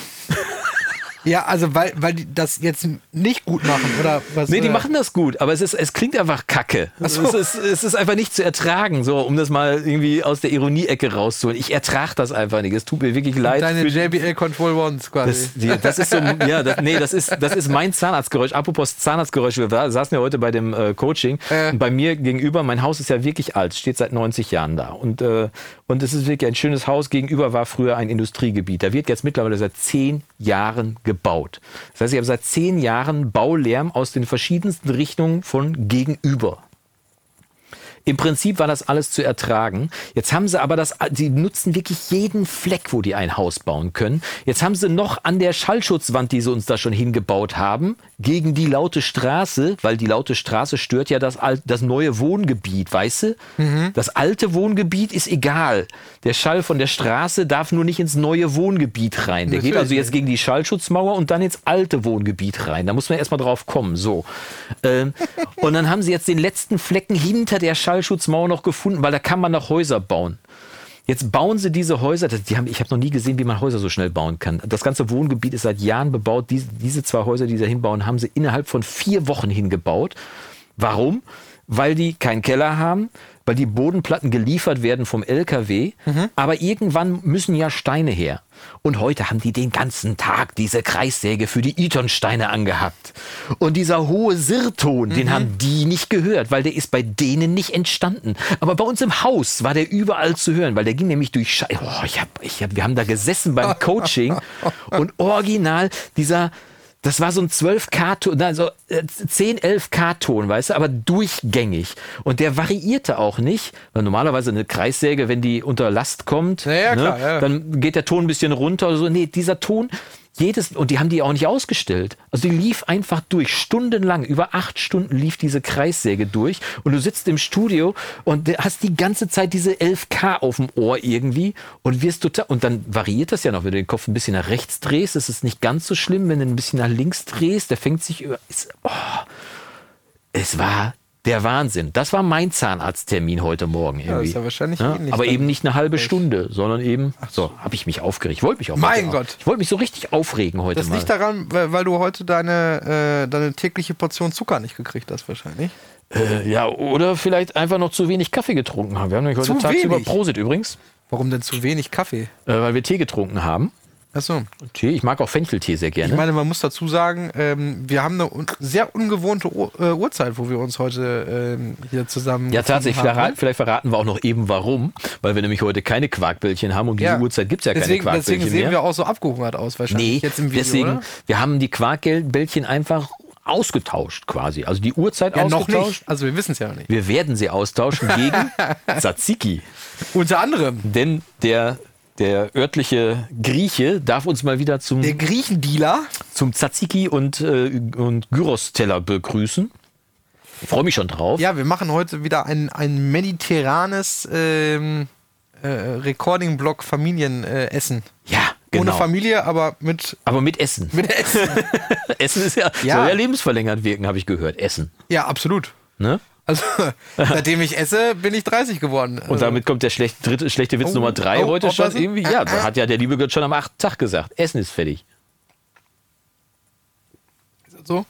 Ja, also weil, weil die das jetzt nicht gut machen, oder was? Nee, die oder? machen das gut, aber es, ist, es klingt einfach kacke. Ach so. Es, ist, es ist einfach nicht zu ertragen, so, um das mal irgendwie aus der Ironie-Ecke rauszuholen. Ich ertrage das einfach nicht. Es tut mir wirklich leid. Deine für- J B L Control Ones quasi. das, die, das ist so, ja, das, nee, das ist, das ist mein Zahnarztgeräusch. Apropos Zahnarztgeräusch, wir war- saßen ja heute bei dem äh, Coaching. Äh. Und bei mir gegenüber, mein Haus ist ja wirklich alt, steht seit neunzig Jahren da. Und, äh, und es ist wirklich ein schönes Haus. Gegenüber war früher ein Industriegebiet. Da wird jetzt mittlerweile seit zehn Jahren gebaut. Das heißt, ich habe seit zehn Jahren Baulärm aus den verschiedensten Richtungen von gegenüber. Im Prinzip war das alles zu ertragen. Jetzt haben sie aber das, sie nutzen wirklich jeden Fleck, wo die ein Haus bauen können. Jetzt haben sie noch an der Schallschutzwand, die sie uns da schon hingebaut haben, gegen die laute Straße, weil die laute Straße stört ja das, al- das neue Wohngebiet, weißt du? Das alte Wohngebiet ist egal. Der Schall von der Straße darf nur nicht ins neue Wohngebiet rein. Der geht Natürlich also jetzt gegen die Schallschutzmauer und dann ins alte Wohngebiet rein. Da muss man erstmal drauf kommen. So. Ähm, und dann haben sie jetzt den letzten Flecken hinter der Schallschutzmauer noch gefunden, weil da kann man noch Häuser bauen. Jetzt bauen sie diese Häuser, das- die haben, ich habe noch nie gesehen, wie man Häuser so schnell bauen kann. Das ganze Wohngebiet ist seit Jahren bebaut. Diese, diese zwei Häuser, die sie da hinbauen, haben sie innerhalb von vier Wochen hingebaut. Warum? Weil die keinen Keller haben, weil die Bodenplatten geliefert werden vom L K W, aber irgendwann müssen ja Steine her. Und heute haben die den ganzen Tag diese Kreissäge für die Itonsteine angehabt. Und dieser hohe Sirrton, den haben die nicht gehört, weil der ist bei denen nicht entstanden. Aber bei uns im Haus war der überall zu hören, weil der ging nämlich durch Schei oh, ich hab, ich hab, wir haben da gesessen beim Coaching und original dieser... Das war so ein zwölf K-Ton, also zehn, elf K-Ton, weißt du, aber durchgängig. Und der variierte auch nicht, weil normalerweise eine Kreissäge, wenn die unter Last kommt, Ja, ja, ne, klar, ja. dann geht der Ton ein bisschen runter oder so. Nee, dieser Ton, jedes, und die haben die auch nicht ausgestellt. Also die lief einfach durch, stundenlang, über acht Stunden lief diese Kreissäge durch und du sitzt im Studio und hast die ganze Zeit diese elf K auf dem Ohr irgendwie und wirst total, und dann variiert das ja noch, wenn du den Kopf ein bisschen nach rechts drehst, ist es nicht ganz so schlimm, wenn du ein bisschen nach links drehst, der fängt sich über, ist, oh, es war der Wahnsinn. Das war mein Zahnarzttermin heute Morgen irgendwie. das ist ja wahrscheinlich Ja, ähnlich aber dann. eben nicht eine halbe Stunde, sondern eben, so, habe ich mich aufgeregt. Ich wollte mich auch Mein heute- Gott. Ich wollte mich so richtig aufregen heute Das mal. liegt daran, weil, weil du heute deine, äh, deine tägliche Portion Zucker nicht gekriegt hast, wahrscheinlich. Äh, ja, oder vielleicht einfach noch zu wenig Kaffee getrunken haben. Wir haben nämlich heute Zu tagsüber wenig? Prosit übrigens, Warum denn zu wenig Kaffee? äh, weil wir Tee getrunken haben. Achso. Tee, ich mag auch Fencheltee sehr gerne. Ich meine, man muss dazu sagen, ähm, wir haben eine un- sehr ungewohnte Ur- äh, Uhrzeit, wo wir uns heute ähm, hier zusammen Ja, tatsächlich. haben. Verrat, vielleicht verraten wir auch noch eben warum. Weil wir nämlich heute keine Quarkbällchen haben. Um diese Ja. Uhrzeit gibt es ja Deswegen, keine Quarkbällchen deswegen sehen mehr. wir auch so abgehungert aus wahrscheinlich Nee, jetzt im Video, deswegen, oder? wir haben die Quarkbällchen einfach ausgetauscht quasi. Also die Uhrzeit Ja, noch ausgetauscht. nicht. Also wir wissen es ja noch nicht. Wir werden sie austauschen gegen Tzatziki. Unter anderem. Denn der, der örtliche Grieche darf uns mal wieder zum, Der Griechendealer. zum Tzatziki und, äh, und Gyros-Teller begrüßen. Ich freue mich schon drauf. Ja, wir machen heute wieder ein, ein mediterranes ähm, äh, Recording-Block Familienessen. Ja, genau. Ohne Familie, aber mit, Aber mit Essen. mit Essen. Essen ist ja, Ja. soll ja lebensverlängernd wirken, habe ich gehört. Essen. Ja, absolut. Ne? Also, seitdem ich esse, bin ich dreißig geworden. Und damit kommt der schlechte, dritte, schlechte Witz Oh, Nummer drei oh, heute schon aufpassen. irgendwie. Ja, da hat ja der liebe Gott schon am achten Tag gesagt. Essen ist fertig. so.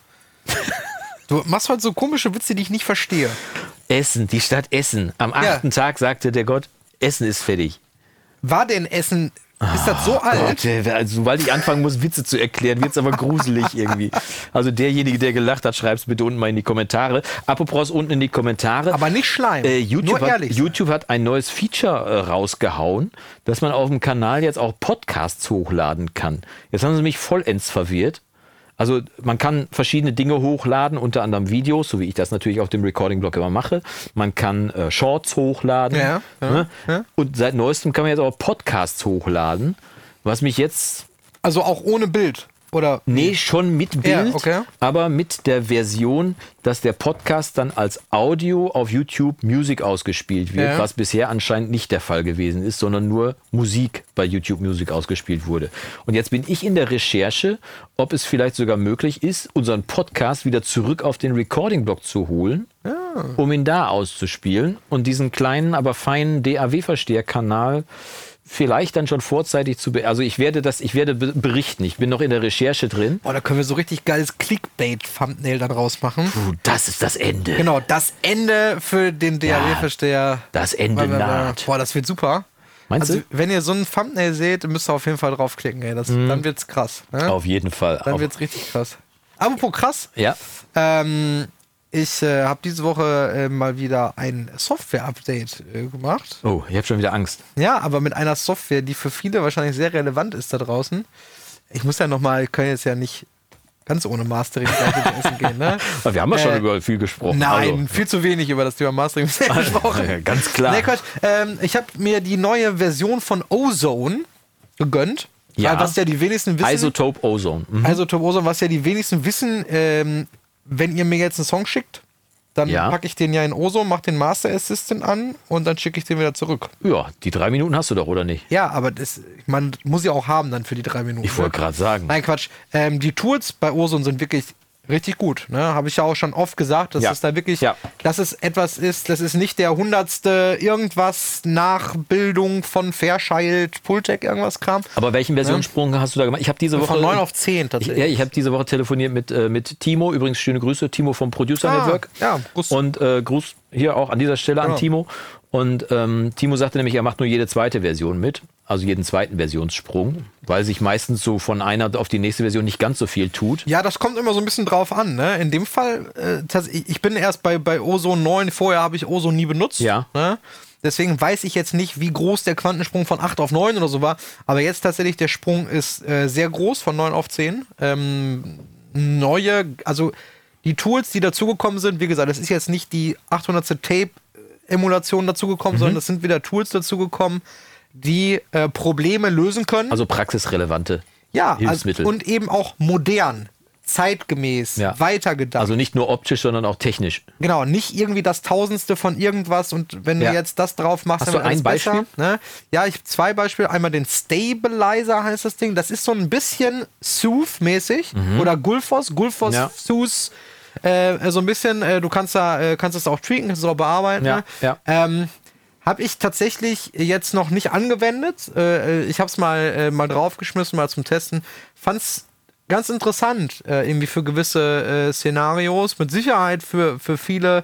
Du machst heute so komische Witze, die ich nicht verstehe. Essen, die Stadt Essen. Am Ja. achten Tag sagte der Gott, Essen ist fertig. War denn Essen, ist das so alt? Gott, der- also, sobald ich anfangen muss, Witze zu erklären, wird es aber gruselig irgendwie. Also derjenige, der gelacht hat, schreibt es bitte unten mal in die Kommentare. Apropos unten in die Kommentare. Aber nicht Schleim. Äh, YouTube, Nur ehrlich. hat, YouTube hat ein neues Feature äh, rausgehauen, dass man auf dem Kanal jetzt auch Podcasts hochladen kann. Jetzt haben sie mich vollends verwirrt. Also man kann verschiedene Dinge hochladen, unter anderem Videos, so wie ich das natürlich auf dem Recording-Blog immer mache. Man kann äh, Shorts hochladen. Ja, ja, ne? ja. Und seit neuestem kann man jetzt auch Podcasts hochladen, was mich jetzt... Also auch ohne Bild. Oder Nee, schon mit Bild, Ja, okay. aber mit der Version, dass der Podcast dann als Audio auf YouTube Music ausgespielt wird, Ja. was bisher anscheinend nicht der Fall gewesen ist, sondern nur Musik bei YouTube Music ausgespielt wurde. Und jetzt bin ich in der Recherche, ob es vielleicht sogar möglich ist, unseren Podcast wieder zurück auf den Recording-Blog zu holen, um ihn da auszuspielen und diesen kleinen, aber feinen D A W-Versteher-Kanal vielleicht dann schon vorzeitig zu be also ich werde das ich werde be berichten. Ich bin noch in der Recherche drin. Boah, da können wir so richtig geiles Clickbait-Thumbnail dann rausmachen. Puh, das ist das Ende. Genau, das Ende für den D A W-Versteher. Das Ende naht. Boah, das wird super. Meinst also, du? wenn ihr so ein Thumbnail seht, müsst ihr auf jeden Fall draufklicken. Ey. Das, Dann wird's krass. Ne? Auf jeden Fall. Dann Auf, wird's richtig krass. Apropos krass. ja. Ähm, ich äh, habe diese Woche äh, mal wieder ein Software-Update äh, gemacht. Oh, ich habe schon wieder Angst. Ja, aber mit einer Software, die für viele wahrscheinlich sehr relevant ist da draußen. Ich muss ja nochmal, ich kann jetzt ja nicht ganz ohne Mastering essen gehen, ne? Aber wir haben ja schon Äh, über viel gesprochen. Nein, viel zu wenig über das Thema Mastering gesprochen. Also, ganz klar. Nee, Quatsch. Ähm, ich habe mir die neue Version von Ozone gegönnt. Ja. Weil was ja die wenigsten wissen. Isotope Ozone. Mhm. Isotope Ozone, was ja die wenigsten wissen, ähm, wenn ihr mir jetzt einen Song schickt, dann Ja. packe ich den ja in Ozone, mache den Master Assistant an und dann schicke ich den wieder zurück. Ja, die drei Minuten hast du doch, oder nicht? Ja, aber das, man muss ja auch haben dann für die drei Minuten. Ich wollte gerade sagen. Nein, Quatsch. Ähm, die Tools bei Ozone sind wirklich richtig gut. Ne? Habe ich ja auch schon oft gesagt, dass Ja. es da wirklich, Ja. dass es etwas ist, das ist nicht der hundertste irgendwas Nachbildung von Fairchild, Pultec, irgendwas Kram. Aber welchen Versionssprung hast du da gemacht? Ich habe diese Woche Von neun auf zehn Ich, tatsächlich. ja, ich habe diese Woche telefoniert mit, äh, mit Timo. Übrigens schöne Grüße, Timo vom Producer Ah, Network. ja, Gruß. Und äh, Gruß hier auch an dieser Stelle an Ja. Timo. Und ähm, Timo sagte nämlich, er macht nur jede zweite Version mit, also jeden zweiten Versionssprung, weil sich meistens so von einer auf die nächste Version nicht ganz so viel tut. Ja, das kommt immer so ein bisschen drauf an. Ne? In dem Fall, äh, tats- ich ich bin erst bei, bei Ozone neun, vorher habe ich Ozone nie benutzt. Ja. Ne? Deswegen weiß ich jetzt nicht, wie groß der Quantensprung von acht auf neun oder so war. Aber jetzt tatsächlich, der Sprung ist äh, sehr groß, von neun auf zehn. Ähm, neue, also die Tools, die dazugekommen sind, wie gesagt, das ist jetzt nicht die achthundertste Tape-Emulation dazugekommen, Mhm. sondern es sind wieder Tools dazugekommen, die äh, Probleme lösen können. Also praxisrelevante ja, also, Hilfsmittel. und eben auch modern, zeitgemäß, Ja. weitergedacht. Also nicht nur optisch, sondern auch technisch. Genau, nicht irgendwie das Tausendste von irgendwas und wenn Ja. du jetzt das drauf machst, Hast dann du wird alles ein Beispiel? besser, ne? Ja, ich habe zwei Beispiele. Einmal den Stabilizer heißt das Ding. Das ist so ein bisschen Sooth-mäßig oder Gulfos, Gulfos Mhm. Ja. Sooth. Äh, so ein bisschen, äh, du kannst da, äh, kannst das auch tweaken, kannst es auch bearbeiten. Ja, ne? ja. Ähm, habe ich tatsächlich jetzt noch nicht angewendet. Äh, ich habe es mal, äh, mal draufgeschmissen, mal zum Testen. Fand's ganz interessant, äh, irgendwie für gewisse äh, Szenarios. Mit Sicherheit für, für viele,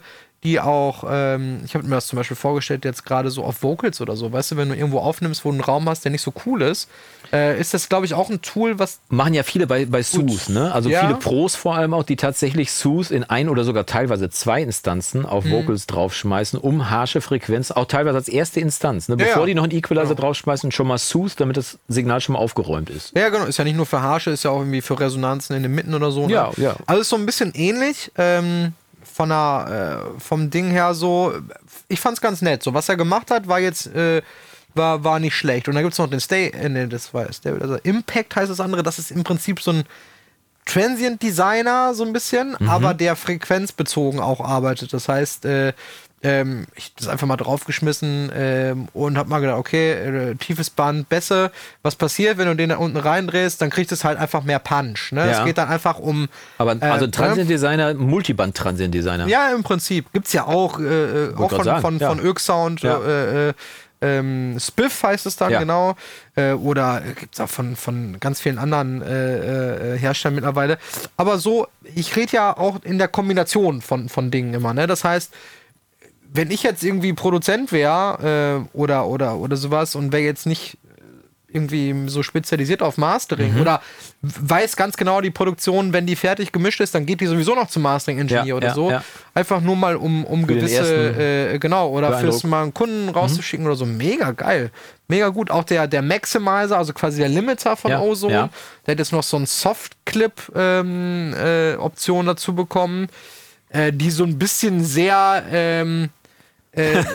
die auch, ähm, ich habe mir das zum Beispiel vorgestellt, jetzt gerade so auf Vocals oder so, weißt du, wenn du irgendwo aufnimmst, wo du einen Raum hast, der nicht so cool ist, äh, ist das, glaube ich, auch ein Tool, was... Machen ja viele bei, bei Soothe, ne? Also Ja. viele Pros vor allem auch, die tatsächlich Soothe in ein oder sogar teilweise zwei Instanzen auf Vocals draufschmeißen, um harsche Frequenz, auch teilweise als erste Instanz, ne? Ja, Bevor ja. die noch einen Equalizer Genau. draufschmeißen, schon mal Soothe, damit das Signal schon mal aufgeräumt ist. Ja, genau, ist ja nicht nur für Harsche, ist ja auch irgendwie für Resonanzen in den Mitten oder so. Ne? Ja, ja. Also ist so ein bisschen ähnlich, ähm, von der, äh, vom Ding her so, ich fand's ganz nett. So, was er gemacht hat, war jetzt, äh, war, war nicht schlecht. Und dann gibt's noch den Stay, äh, nee, das war Stay, also Impact heißt das andere, das ist im Prinzip so ein Transient Designer, so ein bisschen, aber der frequenzbezogen auch arbeitet. Das heißt, äh, ähm, ich hab das einfach mal draufgeschmissen ähm, und hab mal gedacht, okay, äh, tiefes Band, besser. Was passiert, wenn du den da unten reindrehst, dann kriegt es halt einfach mehr Punch. Ne? Ja. Es geht dann einfach um. Aber also äh, Transient Designer, Multiband-Transient Designer. Ja, im Prinzip. Gibt's ja auch, äh, auch grad von, sagen, von, ja. von Ök Sound, Ja. äh, äh, ähm, Spiff heißt es dann, Ja. genau. Äh, oder gibt's auch von, von ganz vielen anderen äh, äh, Herstellern mittlerweile. Aber so, ich rede ja auch in der Kombination von, von Dingen immer. Ne? Das heißt, wenn ich jetzt irgendwie Produzent wäre äh, oder, oder, oder sowas und wäre jetzt nicht irgendwie so spezialisiert auf Mastering oder weiß ganz genau die Produktion, wenn die fertig gemischt ist, dann geht die sowieso noch zum Mastering-Engineer Ja, oder ja, so. ja. Einfach nur mal, um, um den gewisse, ersten äh, genau, oder Beeindruck. fürs mal einen Kunden rauszuschicken oder so. Mega geil. Mega gut. Auch der, der Maximizer, also quasi der Limiter von Ja, Ozone, ja. der hat jetzt noch so ein Soft-Clip-Option ähm, äh, Option dazu bekommen, äh, die so ein bisschen sehr ähm, äh,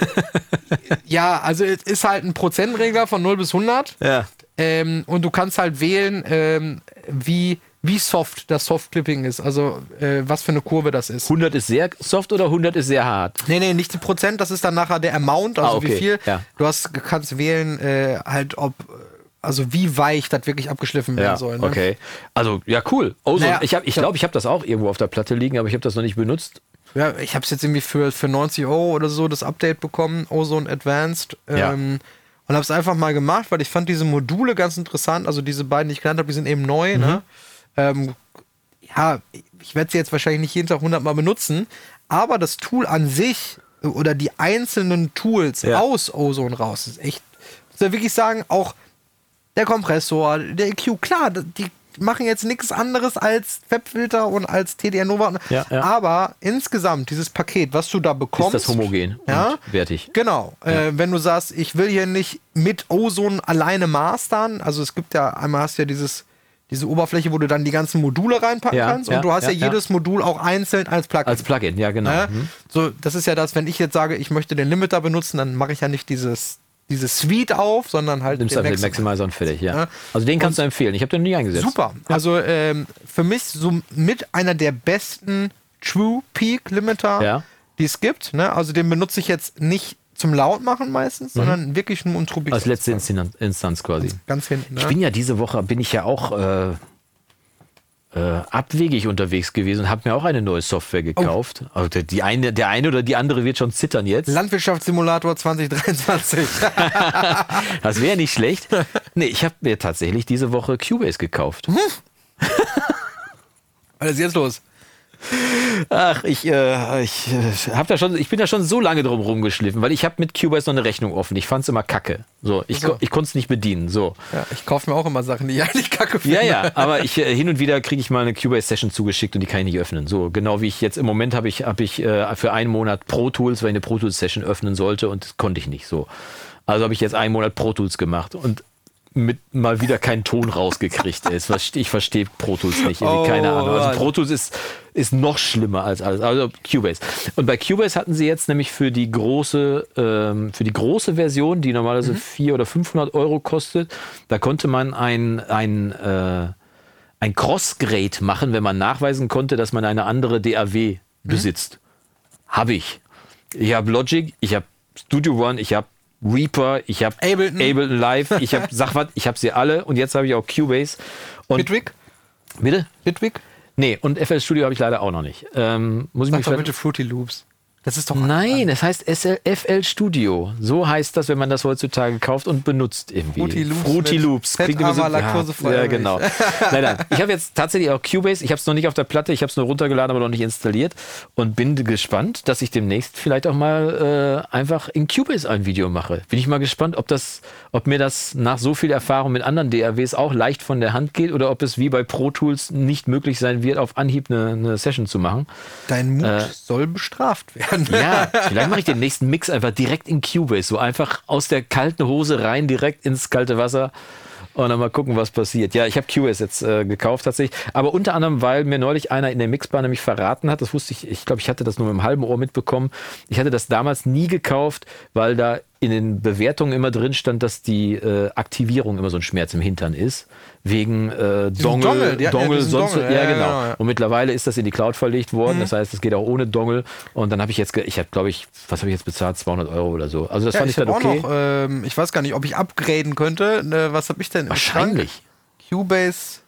ja, also es ist halt ein Prozentregler von null bis hundert. Ja. Ähm, und du kannst halt wählen, ähm, wie, wie soft das Soft-Clipping ist. Also, äh, was für eine Kurve das ist. hundert ist sehr soft oder hundert ist sehr hart? Nee, nee, nicht die Prozent, das ist dann nachher der Amount, also Ah, okay, wie viel. ja. Du hast, kannst wählen, äh, halt, ob, also wie weich das wirklich abgeschliffen werden Ja, soll. Ne? okay. Also, ja, cool. Ozone, Naja, ich glaube, ich, glaub, ich habe das auch irgendwo auf der Platte liegen, aber ich habe das noch nicht benutzt. Ja, ich habe es jetzt irgendwie für, für neunzig Euro oder so das Update bekommen, Ozone Advanced. Ja. Ähm, und habe es einfach mal gemacht, weil ich fand diese Module ganz interessant. Also diese beiden, die ich genannt habe, die sind eben neu. Mhm. Ne? Ähm, ja, ich werde sie jetzt wahrscheinlich nicht jeden Tag hundert Mal benutzen, aber das Tool an sich oder die einzelnen Tools Ja. aus Ozone raus ist echt, muss ja wirklich sagen, auch der Kompressor, der E Q, klar, die machen jetzt nichts anderes als Webfilter und als T D R Nova. Ja, ja. Aber insgesamt, dieses Paket, was du da bekommst. Ist das homogen Ja, und wertig? genau. Äh, wenn du sagst, ich will hier nicht mit Ozone alleine mastern, also es gibt ja, einmal hast du ja dieses, diese Oberfläche, wo du dann die ganzen Module reinpacken Ja, kannst ja, und du hast ja, ja, jedes Modul auch einzeln als Plugin. Als Plugin, ja, genau. Ne? Mhm. So, das ist ja das, wenn ich jetzt sage, ich möchte den Limiter benutzen, dann mache ich ja nicht dieses, dieses Suite auf, sondern halt Nimmst den einfach den Maximizer. Maximizer und fertig, ja. Ja. Also den kannst du empfehlen. Ich habe den noch nie eingesetzt. Super. Also ähm, für mich so mit einer der besten True Peak Limiter, Ja. die es gibt. Ne? Also den benutze ich jetzt nicht zum Lautmachen meistens, sondern wirklich nur um True Peak. Als letzte Instan- Instanz quasi. Ganz hinten. Ne? Ich bin ja diese Woche, bin ich ja auch äh, äh, abwegig unterwegs gewesen und habe mir auch eine neue Software gekauft. Also der- die eine, der eine oder die andere wird schon zittern jetzt. Landwirtschaftssimulator zwanzig dreiundzwanzig. Das wäre nicht schlecht. Nee, ich habe mir tatsächlich diese Woche Cubase gekauft. Was ist jetzt los? Ach, ich, äh, ich, äh, hab da schon, ich bin da schon so lange drum rumgeschliffen, weil ich habe mit Cubase noch eine Rechnung offen. Ich fand es immer kacke. So, ich, So. ko- ich konnte es nicht bedienen. So. Ja, ich kaufe mir auch immer Sachen, die ich eigentlich kacke finde. Ja, ja, aber ich, äh, hin und wieder kriege ich mal eine Cubase-Session zugeschickt und die kann ich nicht öffnen. So, genau wie ich jetzt im Moment habe ich, hab ich äh, für einen Monat Pro Tools, weil ich eine Pro Tools-Session öffnen sollte und das konnte ich nicht. So. Also habe ich jetzt einen Monat Pro Tools gemacht und mit mal wieder keinen Ton rausgekriegt ist. Was- Ich verstehe Pro Tools nicht. Irgendwie, Oh, keine Ahnung. Mann. Also Pro Tools ist, ist noch schlimmer als alles. Also Cubase. Und bei Cubase hatten sie jetzt nämlich für die große, ähm, für die große Version, die normalerweise vierhundert oder fünfhundert Euro kostet, da konnte man ein, ein, äh, ein Cross-Grade machen, wenn man nachweisen konnte, dass man eine andere D A W besitzt. Habe ich. Ich habe Logic, ich habe Studio One, ich habe Reaper, ich habe Ableton. Ableton Live, ich habe Sachwart, ich habe sie alle und jetzt habe ich auch Cubase. Und Bitwig? bitte? Bitwig? Nee, und F L Studio habe ich leider auch noch nicht. Ähm, muss ich Sag mich doch vielleicht, bitte Fruity Loops. Das ist doch... Nein, das heißt S L F L Studio. So heißt das, wenn man das heutzutage kauft und benutzt irgendwie. Fruity Loops. Fruity Loops. Klingt immer so, laktosefrei. Ja, genau. Nein, nein. Ich habe jetzt tatsächlich auch Cubase. Ich habe es noch nicht auf der Platte. Ich habe es nur runtergeladen, aber noch nicht installiert. Und bin gespannt, dass ich demnächst vielleicht auch mal äh, einfach in Cubase ein Video mache. Bin ich mal gespannt, ob das, ob mir das nach so viel Erfahrung mit anderen D A Ws auch leicht von der Hand geht oder ob es wie bei Pro Tools nicht möglich sein wird, auf Anhieb eine, eine Session zu machen. Dein Mut Äh, soll bestraft werden. Ja, vielleicht mache ich den nächsten Mix einfach direkt in Cubase, so einfach aus der kalten Hose rein, direkt ins kalte Wasser und dann mal gucken, was passiert. Ja, ich habe Cubase jetzt äh, gekauft tatsächlich, aber unter anderem, weil mir neulich einer in der Mixbar nämlich verraten hat, das wusste ich, ich glaube, ich hatte das nur mit einem halben Ohr mitbekommen, ich hatte das damals nie gekauft, weil da in den Bewertungen immer drin stand, dass die äh, Aktivierung immer so ein Schmerz im Hintern ist. Wegen äh, Dongle, Dongle, die hatten ja Dongle diesen sonst Dongle. ja, Ja, genau. genau, ja. Und mittlerweile ist das in die Cloud verlegt worden. Mhm. Das heißt, es geht auch ohne Dongle. Und dann habe ich jetzt, ge- ich habe, glaube ich, was habe ich jetzt bezahlt? zweihundert Euro oder so. Also das Ja, fand ich ich dann habe okay. auch noch, ähm, ich weiß gar nicht, ob ich upgraden könnte. Ne, was habe ich denn im Wahrscheinlich. Schrank? Cubase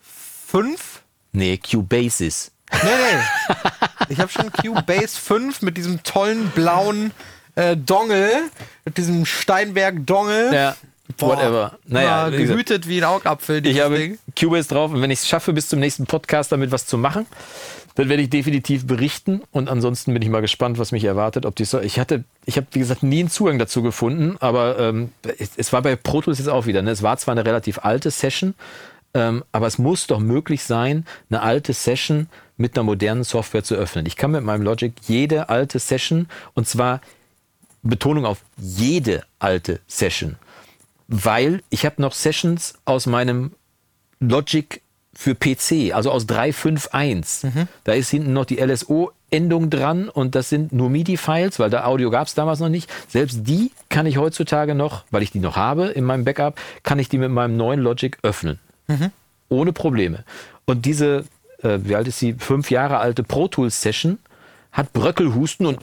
fünf? Nee, Cubasis. Nee, nee. Ich habe schon Cubase fünf mit diesem tollen blauen äh, Dongle, mit diesem Steinberg-Dongle. Ja, Boah. whatever. Naja, Ja, wie gesagt, gehütet wie ein Augapfel, dieses ich habe Ding. Cubase drauf und wenn ich es schaffe, bis zum nächsten Podcast damit was zu machen, dann werde ich definitiv berichten und ansonsten bin ich mal gespannt, was mich erwartet. Ob die so ich hatte, ich habe wie gesagt nie einen Zugang dazu gefunden, aber ähm, es, es war bei Pro Tools jetzt auch wieder. Ne? Es war zwar eine relativ alte Session, ähm, aber es muss doch möglich sein, eine alte Session mit einer modernen Software zu öffnen. Ich kann mit meinem Logic jede alte Session und zwar Betonung auf jede alte Session, weil ich habe noch Sessions aus meinem Logic für P C, also aus drei Punkt fünf Punkt eins. Mhm. Da ist hinten noch die L S O-Endung dran und das sind nur MIDI-Files, weil da Audio gab es damals noch nicht. Selbst die kann ich heutzutage noch, weil ich die noch habe in meinem Backup, kann ich die mit meinem neuen Logic öffnen. Mhm. Ohne Probleme. Und diese, äh, wie alt ist sie, fünf Jahre alte Pro Tools Session hat Bröckelhusten und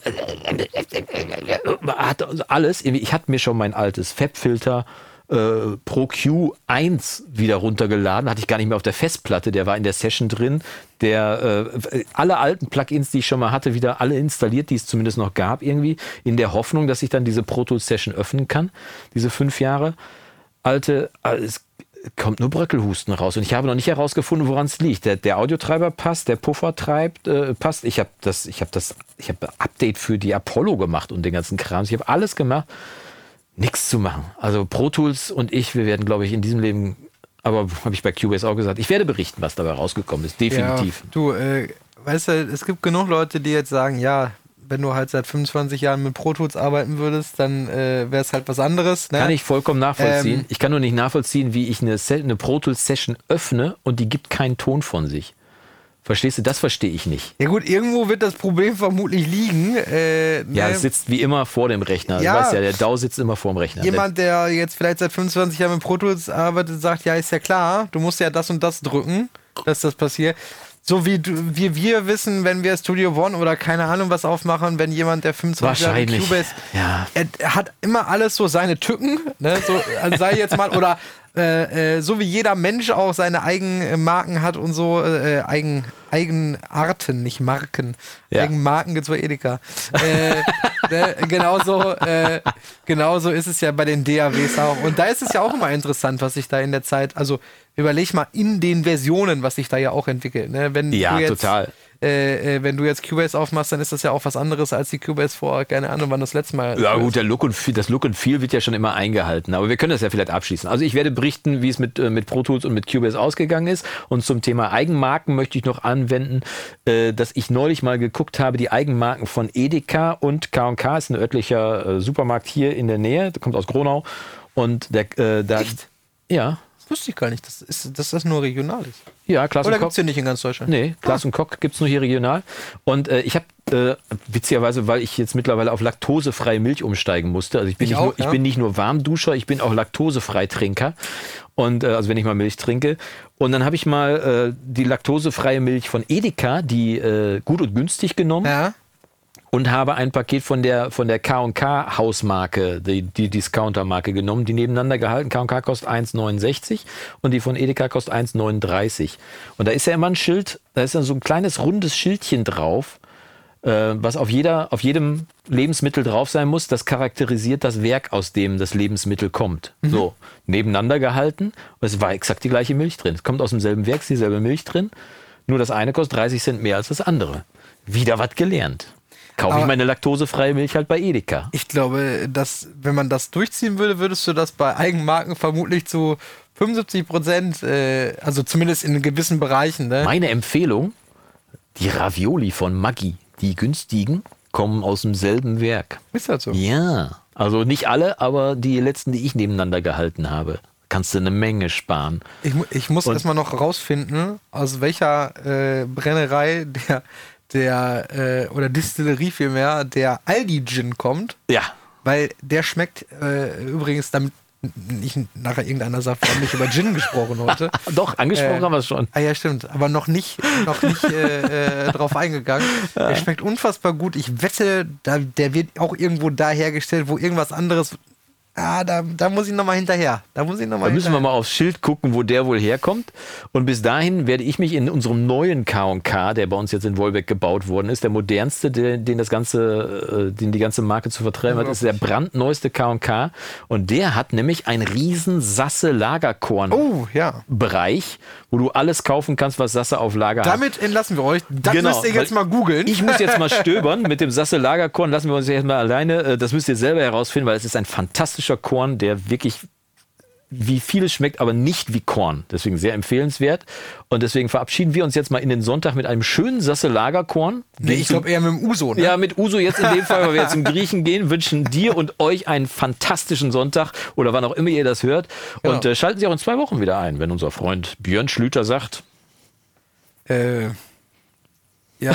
hat alles. Ich hatte mir schon mein altes Fab-Filter äh, Pro Q eins wieder runtergeladen, hatte ich gar nicht mehr auf der Festplatte, der war in der Session drin. Der äh, alle alten Plugins, die ich schon mal hatte, wieder alle installiert, die es zumindest noch gab irgendwie, in der Hoffnung, dass ich dann diese Pro Tools Session öffnen kann, diese fünf Jahre alte. Also es kommt nur Bröckelhusten raus und ich habe noch nicht herausgefunden, woran es liegt. Der, der Audiotreiber passt, der Puffer treibt, äh, passt. Ich habe das, ich habe das, ich habe Update für die Apollo gemacht und den ganzen Kram. Ich habe alles gemacht. Nichts zu machen. Also Pro Tools und ich, wir werden, glaube ich, in diesem Leben, aber habe ich bei Cubase auch gesagt, ich werde berichten, was dabei rausgekommen ist. Definitiv. Ja, du, äh, weißt du, es gibt genug Leute, die jetzt sagen, ja, wenn du halt seit fünfundzwanzig Jahren mit Pro Tools arbeiten würdest, dann äh, wäre es halt was anderes. Ne? Kann ich vollkommen nachvollziehen. Ähm, ich kann nur nicht nachvollziehen, wie ich eine, Se- eine Pro Tools Session öffne und die gibt keinen Ton von sich. Verstehst du? Das verstehe ich nicht. Ja gut, irgendwo wird das Problem vermutlich liegen. Äh, Ja, ne? es sitzt wie immer vor dem Rechner. Ja. Du weißt ja, der D A W sitzt immer vor dem Rechner. Jemand, der jetzt vielleicht seit fünfundzwanzig Jahren mit Pro Tools arbeitet, sagt, ja, ist ja klar, du musst ja das und das drücken, dass das passiert. So wie, du, wie wir wissen, wenn wir Studio One oder keine Ahnung was aufmachen, wenn jemand, der fünfundzwanzig Jahre Wahrscheinlich. Cubase, Ja. er, er hat immer alles so seine Tücken, ne? So, also sei jetzt mal, oder äh, äh, so wie jeder Mensch auch seine eigenen Marken hat und so, äh, eigen, Eigenarten, nicht Marken. Ja. Eigenmarken gibt's bei Edeka. äh, ne? genauso, äh, genauso ist es ja bei den D A Ws auch. Und da ist es ja auch immer interessant, was sich da in der Zeit, also überleg mal in den Versionen, was sich da ja auch entwickelt. Ne? Wenn Ja, du jetzt, total. Äh, äh, wenn du jetzt Cubase aufmachst, dann ist das ja auch was anderes als die Cubase vor, keine Ahnung, wann das letzte Mal. Ja gut, der Look und Feel, das Look und Feel wird ja schon immer eingehalten, aber wir können das ja vielleicht abschließen. Also ich werde berichten, wie es mit, äh, mit Pro Tools und mit Cubase ausgegangen ist und zum Thema Eigenmarken möchte ich noch anwenden, äh, dass ich neulich mal geguckt habe, die Eigenmarken von Edeka und K und K ist ein örtlicher äh, Supermarkt hier in der Nähe, der kommt aus Gronau und der, äh, da, Echt? Ja. Das wusste ich gar nicht, dass, ist, dass das nur regional ist. Ja, Klaas Oder und gibt es Koch. den nicht in ganz Deutschland? Nee, Klaas und Koch gibt es nur hier regional. Und äh, ich habe, äh, witzigerweise, weil ich jetzt mittlerweile auf laktosefreie Milch umsteigen musste, also ich bin, Ich nicht, auch, nur, ich ja. bin nicht nur Warmduscher, ich bin auch Laktosefreitrinker. Und äh, also wenn ich mal Milch trinke. Und dann habe ich mal äh, die laktosefreie Milch von Edeka, die äh, gut und günstig genommen. Ja. Und habe ein Paket von der von der K und K Hausmarke, die, die Discounter-Marke genommen, die nebeneinander gehalten. K und K kostet eins neunundsechzig und die von Edeka kostet eins neununddreißig. Und da ist ja immer ein Schild, da ist ja so ein kleines rundes Schildchen drauf, äh, was auf, jeder, auf jedem Lebensmittel drauf sein muss, das charakterisiert das Werk, aus dem das Lebensmittel kommt. Mhm. So, nebeneinander gehalten. Es war exakt die gleiche Milch drin. Es kommt aus demselben Werk, ist dieselbe Milch drin. Nur das eine kostet dreißig Cent mehr als das andere. Wieder was gelernt. Kaufe ich meine laktosefreie Milch halt bei Edeka. Ich glaube, dass, wenn man das durchziehen würde, würdest du das bei Eigenmarken vermutlich zu fünfundsiebzig Prozent, äh, also zumindest in gewissen Bereichen. Ne? Meine Empfehlung, die Ravioli von Maggi, die günstigen, kommen aus demselben Werk. Ist das so? Ja, also nicht alle, aber die letzten, die ich nebeneinander gehalten habe. Kannst du eine Menge sparen. Ich, ich muss erstmal noch rausfinden, aus welcher äh, Brennerei der der, äh, oder Distillerie vielmehr, der Aldi-Gin kommt. Ja. Weil der schmeckt äh, übrigens, damit nicht nachher irgendeiner sagt, wir haben nicht über Gin gesprochen heute. Doch, angesprochen äh, haben wir es schon. Ah ja, stimmt, aber noch nicht, noch nicht äh, äh, drauf eingegangen. Ja. Der schmeckt unfassbar gut. Ich wette, da, der wird auch irgendwo da hergestellt, wo irgendwas anderes... Ah, da, da muss ich nochmal hinterher. Da muss ich noch mal da müssen hinterher. wir mal aufs Schild gucken, wo der wohl herkommt. Und bis dahin werde ich mich in unserem neuen K und K, der bei uns jetzt in Wolbeck gebaut worden ist, der modernste, der, den das ganze, den die ganze Marke zu vertreiben hat, ist der brandneueste K und K. Und der hat nämlich einen riesen Sasse Lagerkorn oh, ja. Bereich, wo du alles kaufen kannst, was Sasse auf Lager hat. Damit entlassen wir euch. Das genau, müsst ihr jetzt mal googeln. Ich muss jetzt mal stöbern mit dem Sasse Lagerkorn. Lassen wir uns jetzt mal alleine. Das müsst ihr selber herausfinden, weil es ist ein fantastischer Korn, der wirklich wie vieles schmeckt, aber nicht wie Korn. Deswegen sehr empfehlenswert. Und deswegen verabschieden wir uns jetzt mal in den Sonntag mit einem schönen Sasse Lagerkorn. Nee, ich glaube eher mit dem Uso. Ne? Ja, mit Uso jetzt in dem Fall, weil wir jetzt zum Griechen gehen, wünschen dir und euch einen fantastischen Sonntag oder wann auch immer ihr das hört. Genau. Und äh, schalten Sie auch in zwei Wochen wieder ein, wenn unser Freund Björn Schlüter sagt. Äh, ja.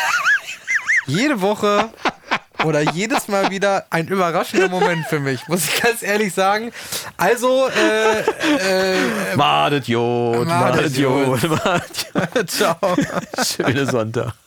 Jede Woche oder jedes Mal wieder ein überraschender Moment für mich, muss ich ganz ehrlich sagen. Also, äh, äh, Madet Jod, Madet Jod, Madet Jod. Ciao. Schönen Sonntag.